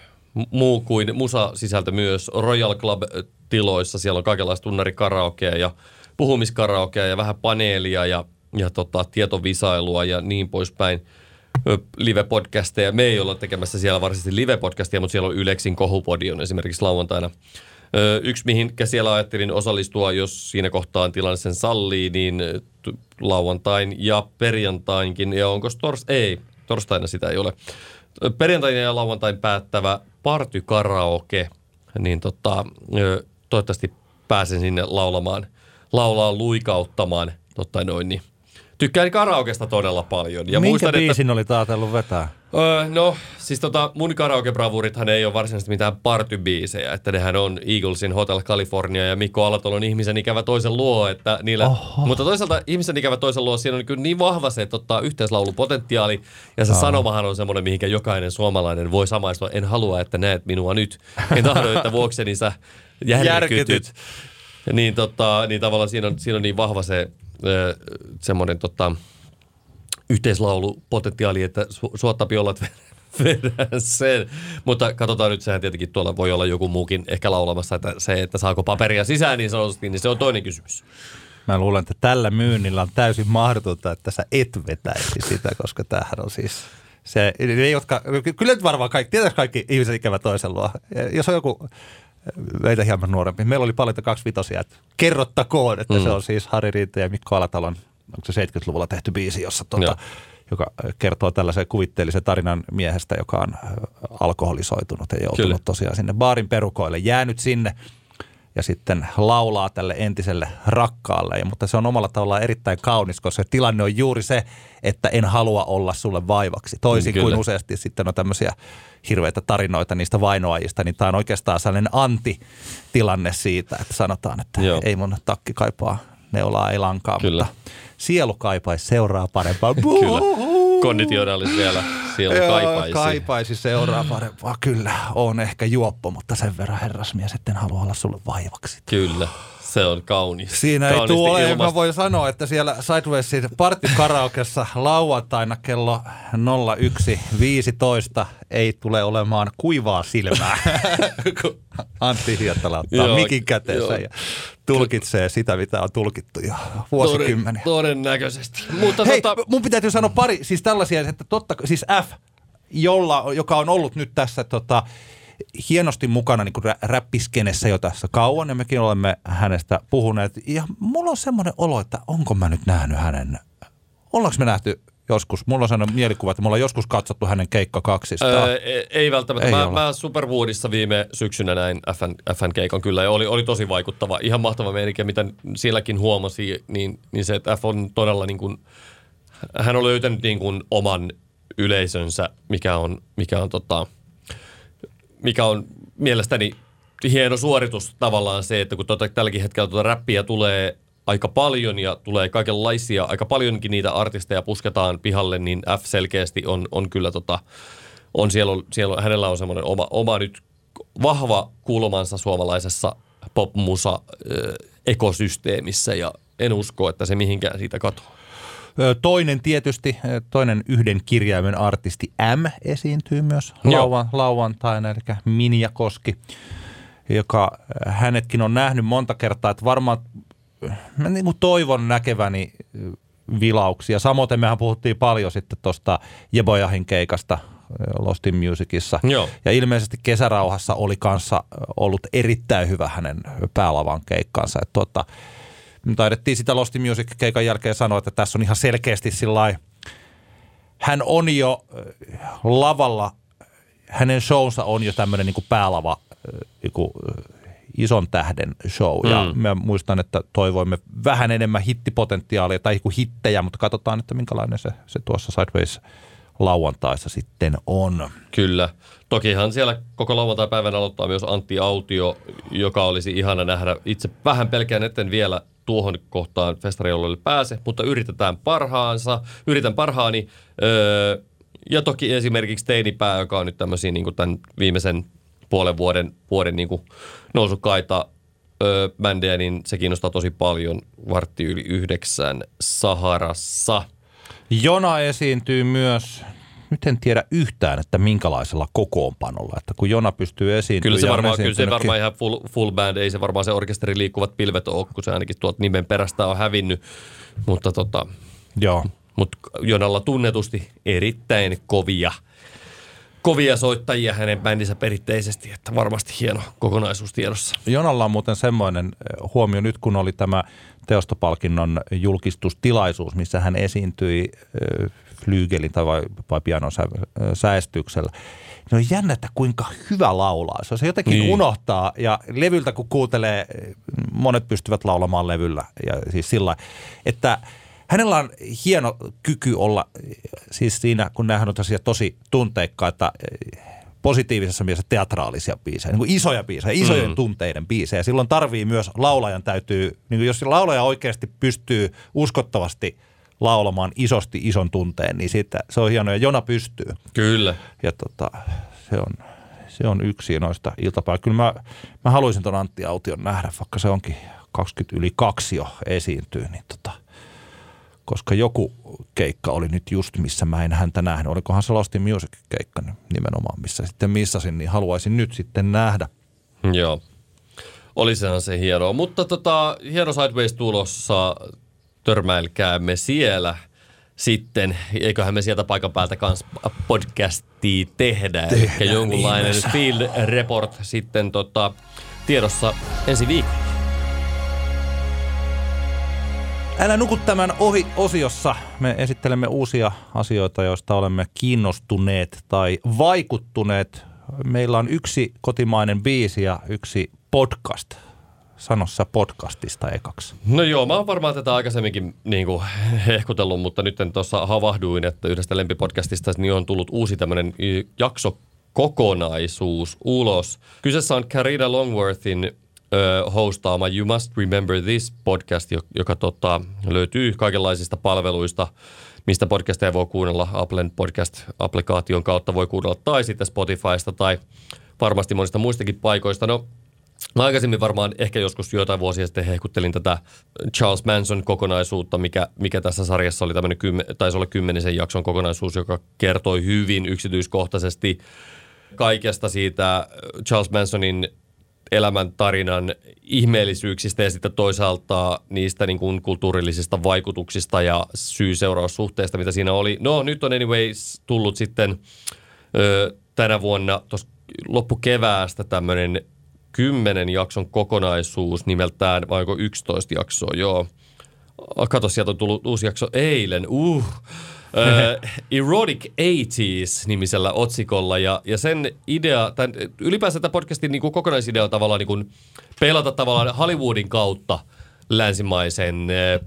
muu kuin musa-sisältö myös Royal Club-tiloissa. Siellä on kaikenlaista tunnarikaraokea ja puhumiskaraokea ja vähän paneelia ja tietovisailua ja niin poispäin. Live-podcasteja. Me ei olla tekemässä siellä varsinaisesti live-podcastia, mutta siellä on Yleksin kohupodi on esimerkiksi lauantaina. Yksi, mihinkä siellä ajattelin osallistua, jos siinä kohtaan tilanne sen sallii, niin lauantain ja perjantainkin. Ja onko torstaina sitä ei ole. Perjantain ja lauantain päättävä partykaraoke, niin toivottavasti pääsen sinne laulaa luikauttamaan, niin. Tykkään karaokesta todella paljon. Ja minkä muistan, biisin oli ajatellut vetää? Siis mun karaoke-bravurithan ei ole varsinaisesti mitään partybiisejä, että nehän on Eaglesin Hotel California ja Mikko Alatalon Ihmisen ikävä toisen luo, että niillä... Mutta toisaalta Ihmisen ikävä toisen luo, siinä on kyllä niin vahva se, että yhteislaulupotentiaali ja se sanomahan on semmoinen, mihinkä jokainen suomalainen voi samaistua. En halua, että näet minua nyt. En tahdo, että vuokseni sä järkytyt. Niin tavallaan siinä on niin vahva se semmoinen yhteislaulupotentiaali, että suottapi olla, että vedän sen. Mutta katsotaan nyt, sehän tietenkin tuolla voi olla joku muukin ehkä laulamassa, että se, että saako paperia sisään niin sanotusti, niin se on toinen kysymys. Mä luulen, että tällä myynnillä on täysin mahdotonta, että sä et vetäisi sitä, koska tämähän on siis... Kyllä nyt varmaan kaikki ihmiset ikävä toisen luo. Jos on joku... Meitä hieman nuorempi. Meillä oli paljon 25-vuotiaita, että kerrottakoon, että se on siis Harri Riitta ja Mikko Alatalon, onko se 70-luvulla tehty biisi, jossa joka kertoo tällaisen kuvitteellisen tarinan miehestä, joka on alkoholisoitunut ja joutunut tosiaan sinne baarin perukoille, jäänyt sinne ja sitten laulaa tälle entiselle rakkaalle. Mutta se on omalla tavallaan erittäin kaunis, koska se tilanne on juuri se, että en halua olla sulle vaivaksi. Toisin kuin useasti sitten on tämmöisiä hirveitä tarinoita niistä vainoajista, niin tämä on oikeastaan sellainen antitilanne siitä, että sanotaan, että ei mun takki kaipaa neulaa, ei lankaa, mutta sielu kaipaisi seuraa parempaa. Kyllä. Konditionaalis vielä Kaipaisi seuraa parempaa. Kyllä, on ehkä juoppo, mutta sen verran herrasmies, etten halua olla sulle vaivaksi. Kyllä, se on kaunis. Siinä ei tule, mä voin sanoa, että siellä Sidewaysin partykaraokessa lauantaina kello 01.15 ei tule olemaan kuivaa silmää, kun Antti Hietala ottaa mikin käteensä ja tulkitsee sitä, mitä on tulkittu jo vuosikymmeniä. Todennäköisesti. Mutta hei, mun pitäisi sanoa pari, siis tällaisia, että siis F, joka on ollut nyt tässä hienosti mukana niin kuin räppiskenessä jo tässä kauan, ja mekin olemme hänestä puhuneet. Ja mulla on semmoinen olo, että onko mä nyt nähnyt hänen, ollaanko me nähty joskus, mulla on sellainen mielikuva, että mulla on joskus katsottu hänen keikka kaksistaan. Ei välttämättä. Mä Superwoodissa viime syksynä näin FN keikan kyllä, ja oli tosi vaikuttava. Ihan mahtava meininki, mitä sielläkin huomasi, niin se, että F on todella niin kuin, hän on löytänyt niin kuin oman yleisönsä, mikä on mielestäni hieno suoritus tavallaan se, että kun tälläkin hetkellä räppiä tulee aika paljon ja tulee kaikenlaisia, aika paljonkin niitä artisteja pusketaan pihalle, niin F selkeästi on kyllä siellä hänellä on semmoinen oma nyt vahva kulmansa suomalaisessa popmusa-ekosysteemissä ja en usko, että se mihinkään siitä katoaa. Toinen yhden kirjaimen artisti M esiintyy myös lauantaina, eli Minja Koski, joka hänetkin on nähnyt monta kertaa, että varmaan mä niin kuin toivon näkeväni vilauksia. Samoin mehän puhuttiin paljon sitten tuosta Jebojahin keikasta Lost in Musicissa. Joo. Ja ilmeisesti Kesärauhassa oli kanssa ollut erittäin hyvä hänen päälavan keikkansa. Että me taidettiin sitä Lost in Music-keikan jälkeen sanoa, että tässä on ihan selkeästi sillai, hän on jo lavalla, hänen shownsa on jo tämmöinen niin kuin päälava, niin kuin ison tähden show. Ja mä muistan, että toivoimme vähän enemmän hittipotentiaalia tai hittejä, mutta katsotaan, että minkälainen se tuossa Sideways lauantaissa sitten on. Kyllä. Tokihan siellä koko lauantai-päivän aloittaa myös Antti Autio, joka olisi ihana nähdä. Itse vähän pelkään, etten vielä tuohon kohtaan festarialueelle pääse, mutta yritän parhaani. Ja toki esimerkiksi Teinipää, joka on nyt tämmöisiä niin kuin tämän viimeisen puolen vuoden niin kuin nousukaita bändejä, niin se kiinnostaa tosi paljon 8:15 Saharassa. Jona esiintyy myös, nyt en tiedä yhtään, että minkälaisella kokoonpanolla, että kun Jona pystyy esiintymään. Kyllä se varmaan ihan full band, ei se varmaan se orkesterin liikkuvat pilvet ole, kun se ainakin tuolta nimen perästä on hävinnyt, mutta joo. Mutta Jonalla tunnetusti erittäin kovia soittajia hänen bändinsä perinteisesti, että varmasti hieno kokonaisuus tiedossa. Jonalla on muuten semmoinen huomio nyt, kun oli tämä teostopalkinnon julkistustilaisuus, missä hän esiintyi flyygelin tai pianon säestyksellä. No on jännä, että kuinka hyvä laulaa. Se jotenkin unohtaa ja levyltä kun kuuntelee, monet pystyvät laulamaan levyllä ja siis sillä että hänellä on hieno kyky olla, siis siinä, kun nähdään tosi tunteikkaita, positiivisessa mielessä teatraalisia biisejä, niin kuin isoja biisejä, isojen tunteiden biisejä. Silloin tarvii myös laulajan täytyy, niin kuin jos laulaja oikeasti pystyy uskottavasti laulamaan isosti ison tunteen, niin se on hienoa, ja Jona pystyy. Kyllä. Ja se on yksi noista iltapäivä. Kyllä mä haluaisin ton Antti Aution nähdä, vaikka se onkin 2:20 jo esiintyy, niin koska joku keikka oli nyt just, missä mä en häntä nähnyt. Olikohan se Lost in Music-keikka nimenomaan, missä sitten missasin, niin haluaisin nyt sitten nähdä. Joo, olisehan se hienoa. Mutta hieno Sideways tulossa, törmäilkäämme siellä sitten. Eiköhän me sieltä paikan päältä kanssa podcastia tehdä. Eli jonkunlainen field report sitten tiedossa ensi viikolla. Älä nuku tämän ohi -osiossa. Me esittelemme uusia asioita, joista olemme kiinnostuneet tai vaikuttuneet. Meillä on yksi kotimainen biisi ja yksi podcast. Sano sä podcastista ekaksi. No joo, mä oon varmaan tätä aikaisemminkin niin kuin hehkutellut, mutta nyt tuossa havahduin, että yhdestä lempipodcastista niin on tullut uusi tämmöinen jaksokokonaisuus ulos. Kyseessä on Carina Longworthin hostaama You Must Remember This podcast, joka löytyy kaikenlaisista palveluista, mistä podcasteja voi kuunnella. Applen podcast-applikaation kautta voi kuunnella tai sitten Spotifysta tai varmasti monista muistakin paikoista. No, aikaisemmin varmaan ehkä joskus jotain vuosia sitten hehkuttelin tätä Charles Manson-kokonaisuutta, mikä tässä sarjassa oli tämmöinen, taisi olla 10 jakson kokonaisuus, joka kertoi hyvin yksityiskohtaisesti kaikesta siitä Charles Mansonin elämäntarinan ihmeellisyyksistä ja sitten toisaalta niistä niin kuin kulttuurillisista vaikutuksista ja syy-seuraussuhteista, mitä siinä oli. No, nyt on anyways tullut sitten tänä vuonna tuossa loppukeväästä tämmöinen 10 jakson kokonaisuus nimeltään, vai onko 11 jaksoa, joo. Kato, sieltä on tullut uusi jakso eilen. Erotic 80s-nimisellä otsikolla, ja sen idea, ylipäänsä tämä podcastin niin kuin kokonaisidea on tavallaan niin kuin peilata tavallaan Hollywoodin kautta länsimaisen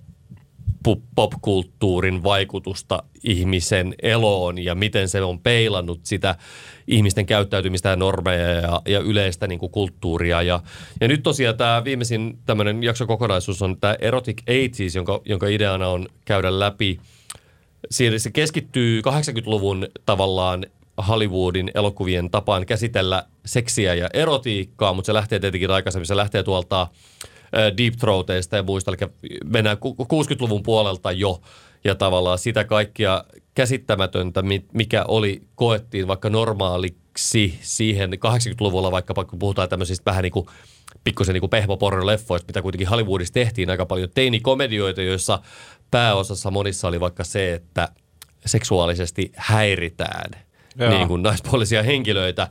popkulttuurin vaikutusta ihmisen eloon ja miten se on peilannut sitä ihmisten käyttäytymistä ja normeja ja yleistä niin kuin kulttuuria. Ja nyt tosiaan tämä viimeisin tämmöinen jaksokokonaisuus on tämä Erotic 80s, jonka ideana on käydä läpi. Se keskittyy 80-luvun tavallaan Hollywoodin elokuvien tapaan käsitellä seksiä ja erotiikkaa, mutta se lähtee tietenkin aikaisemmin. Se lähtee tuolta Deep Throateista ja muista, eli mennään 60-luvun puolelta jo, ja tavallaan sitä kaikkia käsittämätöntä, mikä koettiin vaikka normaaliksi siihen 80-luvulla, vaikka kun puhutaan tämmöisistä vähän niin kuin pikkusen niin kuin pehmoporno-leffoista, mitä kuitenkin Hollywoodissa tehtiin aika paljon teinikomedioita, joissa pääosassa monissa oli vaikka se, että seksuaalisesti häiritään niin kuin naispuolisia henkilöitä.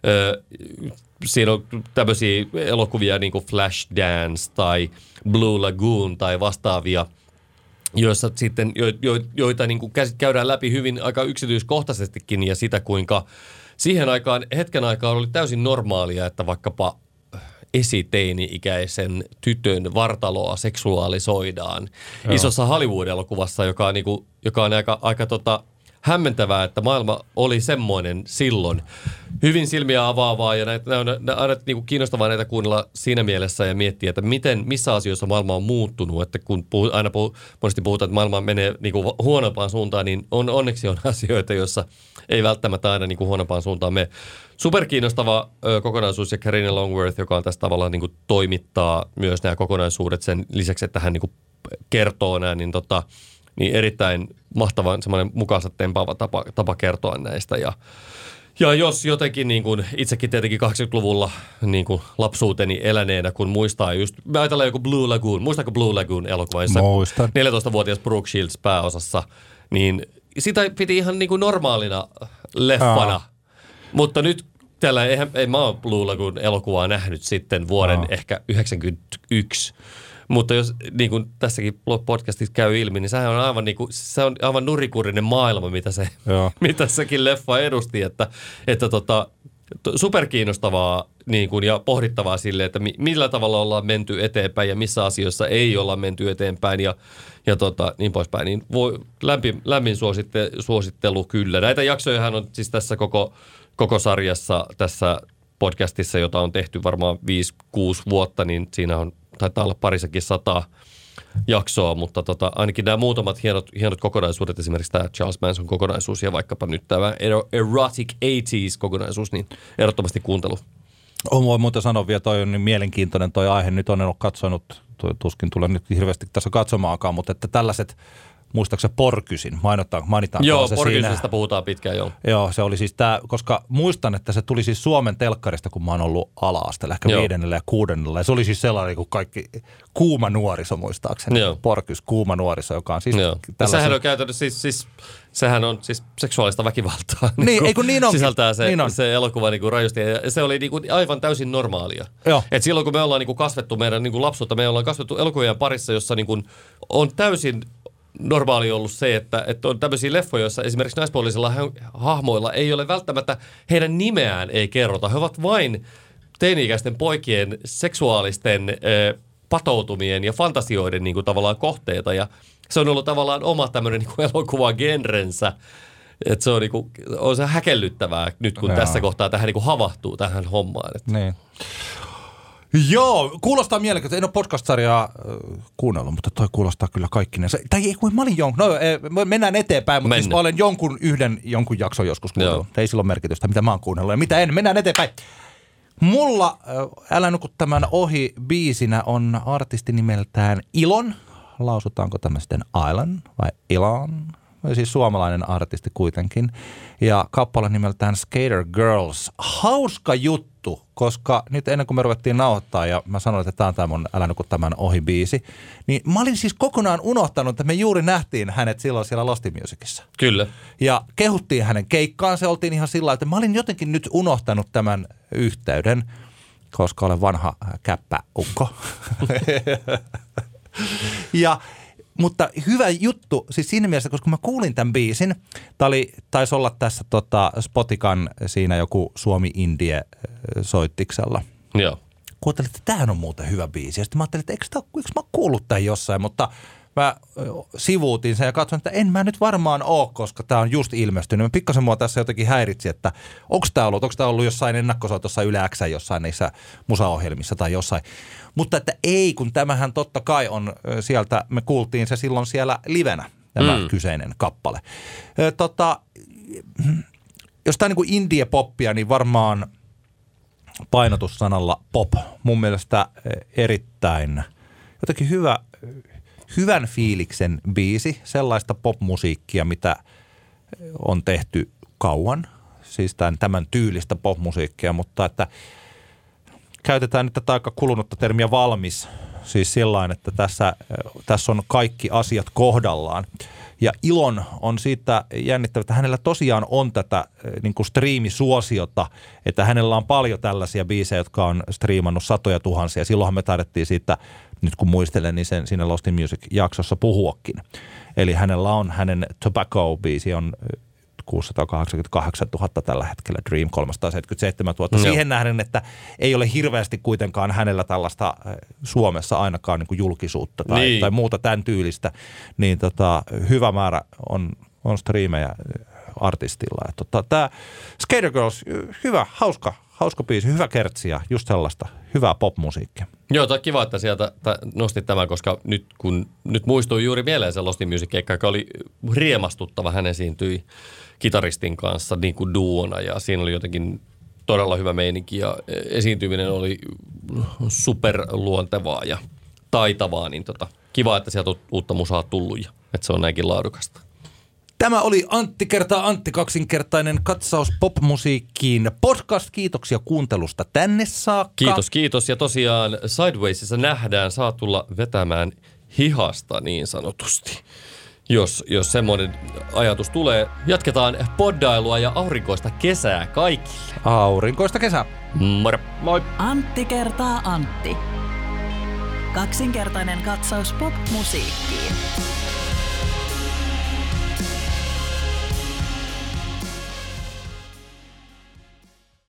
Siinä on tämmöisiä elokuvia niin kuin Flashdance tai Blue Lagoon tai vastaavia, joissa sitten, joita niin kuin käydään läpi hyvin aika yksityiskohtaisestikin ja sitä, kuinka siihen aikaan, hetken aikaan oli täysin normaalia, että vaikkapa esiteini-ikäisen tytön vartaloa seksuaalisoidaan isossa Hollywood-elokuvassa, joka on aika hämmentävää, että maailma oli semmoinen silloin. Hyvin silmiä avaavaa ja näitä on aina niin kuin kiinnostavaa näitä kuunnella siinä mielessä ja miettiä, että missä asioissa maailma on muuttunut. Että kun monesti puhutaan, että maailma menee niin kuin huonompaan suuntaan, niin onneksi on asioita, joissa ei välttämättä aina niin kuin huonompaan suuntaan mene. Superkiinnostava kokonaisuus ja Carina Longworth, joka on tässä tavallaan niin kuin toimittaa myös nämä kokonaisuudet sen lisäksi, että hän niin kuin kertoo nämä, niin erittäin mahtava semmoinen mukaansa tempaava tapa kertoa näistä. Ja jos jotenkin niin kuin itsekin tietenkin 80-luvulla niin kuin lapsuuteni eläneenä, kun muistaa just, mä ajatellaan joku Blue Lagoon, muistaako Blue Lagoon -elokuva, jossa 14-vuotias Brooke Shields pääosassa, niin sitä piti ihan niin kuin normaalina leffana. Mutta nyt tällä ei mä ole Blue Lagoon -elokuvaa nähnyt sitten vuoden ehkä 1991. Mutta jos niin kuin tässäkin podcastissa käy ilmi, niin sehän on aivan, niin kuin, se on aivan nurikurinen maailma, mitä sekin leffa edusti. Että superkiinnostavaa niin kuin, ja pohdittavaa sille, että millä tavalla ollaan menty eteenpäin ja missä asioissa ei olla menty eteenpäin ja niin poispäin. Niin lämmin suosittelu kyllä. Näitä jaksojahan on siis tässä koko sarjassa tässä podcastissa, jota on tehty varmaan 5-6 vuotta, niin siinä on taitaa olla parisakin 100 jaksoa, mutta ainakin nämä muutamat hienot kokonaisuudet, esimerkiksi tämä Charles Manson kokonaisuus ja vaikkapa nyt tämä Erotic 80s kokonaisuus, niin ehdottomasti kuuntelu. Voi muuten sanoa vielä, toi on niin mielenkiintoinen toi aihe. Nyt on katsonut, tuskin tulee nyt hirveästi tässä katsomaankaan, mutta että tällaiset, muistaakseni Porkysin, mainitaan joo, se Porkysista siinä. Puhutaan pitkään, joo. Joo, se oli siis tämä, koska muistan, että se tuli siis Suomen telkkarista, kun mä oon ollut ala-asteella, ehkä 5. ja 6. Ja se oli siis sellainen kuin kaikki kuuma nuoriso muistaakseni. Porkys, kuuma nuoriso, joka on siis tällaisen. Sehän on käytännössä sehän on siis seksuaalista väkivaltaa. Niin on. Sisältää se elokuva niin kuin rajusti. Ja se oli niin kuin aivan täysin normaalia. Et silloin kun me ollaan niin kuin kasvettu meidän niin kuin lapsuutta, me ollaan kasvettu elokuvien parissa, jossa niin kuin on täysin normaali ollut se, että on tämmöisiä leffoja, joissa esimerkiksi naispuolisilla hahmoilla ei ole välttämättä, heidän nimeään ei kerrota. He ovat vain teini-ikäisten poikien seksuaalisten patoutumien ja fantasioiden niin kuin tavallaan kohteita. Ja se on ollut tavallaan oma tämmöinen niin kuin elokuva-genrensä. Että se on, niin kuin, on se häkellyttävää nyt, kun tässä kohtaa tähän niin kuin havahtuu tähän hommaan. Niin. Joo, kuulostaa mielenkiintoista. En ole podcast-sarjaa kuunnellut, mutta toi kuulostaa kyllä kaikkineen. Tai ei, kun mä olin mennään eteenpäin, mutta siis mä olen jonkun jakson joskus kuunnellut. Ei sillä ole merkitystä, mitä mä oon kuunnellut ja mitä en. Mennään eteenpäin. Mulla Älä nuku tämän ohi biisinä on artisti nimeltään Ilon. Lausutaanko tämmöisten Island vai Ilon? Siis suomalainen artisti kuitenkin. Ja kappale nimeltään Skater Girls. Hauska juttu, koska nyt ennen kuin me ruvettiin nauhoittaa ja mä sanoin, että tämä on tämä mun Älä nuku tämän ohi biisi, niin mä olin siis kokonaan unohtanut, että me juuri nähtiin hänet silloin siellä Lost in Musicissa. Kyllä. Ja kehuttiin hänen keikkaan, se oltiin ihan sillä lailla, että mä olin jotenkin nyt unohtanut tämän yhteyden, koska olen vanha käppäukko. Mutta hyvä juttu, siis siinä mielessä, koska mä kuulin tämän biisin, taisi olla tässä Spotikan siinä joku Suomi-Indie-soittiksella. Joo. Kuuntelin, että tämähän on muuten hyvä biisi. Ja sitten mä ajattelin, että eikö mä kuullut tämän jossain, mutta mä sivuutin sen ja katsoin, että en mä nyt varmaan ole, koska tämä on just ilmestynyt. Mä pikkasen mua tässä jotenkin häiritsi, että onko tämä ollut jossain ennakkosoitossa Yle X jossain niissä musaohjelmissa tai jossain. Mutta että ei, kun tämähän totta kai on sieltä, me kuultiin se silloin siellä livenä, tämä kyseinen kappale. Jos tämä on niin kuin indie-poppia, niin varmaan painotussanalla pop. Mun mielestä erittäin jotenkin hyvän fiiliksen biisi, sellaista popmusiikkia, mitä on tehty kauan, siis tämän tyylistä popmusiikkia, mutta että käytetään nyt tätä aika kulunutta termiä valmis, siis sillain, että tässä on kaikki asiat kohdallaan. Ja Ilon on siitä jännittävä, että hänellä tosiaan on tätä niin kuin striimisuosiota, että hänellä on paljon tällaisia biisejä, jotka on striimannut satoja tuhansia. Silloinhan me taidettiin siitä, nyt kun muistelen, niin sen siinä Lost in Music-jaksossa puhuakin. Eli hänellä on, hänen Tobacco-biisi on 688 000 tällä hetkellä, Dream 377 000. Siihen nähden, että ei ole hirveästi kuitenkaan hänellä tällaista Suomessa ainakaan niin kuin julkisuutta tai muuta tämän tyylistä, niin hyvä määrä on striimejä artistilla. Tämä Skater Girls, hyvä, hauska biisi, hyvä kertsi ja just sellaista hyvää popmusiikkia. Joo, tämä on kiva, että sieltä nostit tämän, koska nyt muistui juuri mieleen se Lost in Music-keikka, joka oli riemastuttava. Hän esiintyi kitaristin kanssa niin kuin duona ja siinä oli jotenkin todella hyvä meininki ja esiintyminen oli superluontevaa ja taitavaa, niin kiva, että sieltä on uutta musaa tullut ja että se on näinkin laadukasta. Tämä oli Antti kertaa Antti, kaksinkertainen katsaus popmusiikkiin podcast. Kiitoksia kuuntelusta tänne saakka. Kiitos. Ja tosiaan Sidewaysissa nähdään, saa tulla vetämään hihasta niin sanotusti. Jos semmoinen ajatus tulee, jatketaan poddailua ja aurinkoista kesää kaikille. Aurinkoista kesää. Moro. Moi. Antti kertaa Antti. Kaksinkertainen katsaus popmusiikkiin.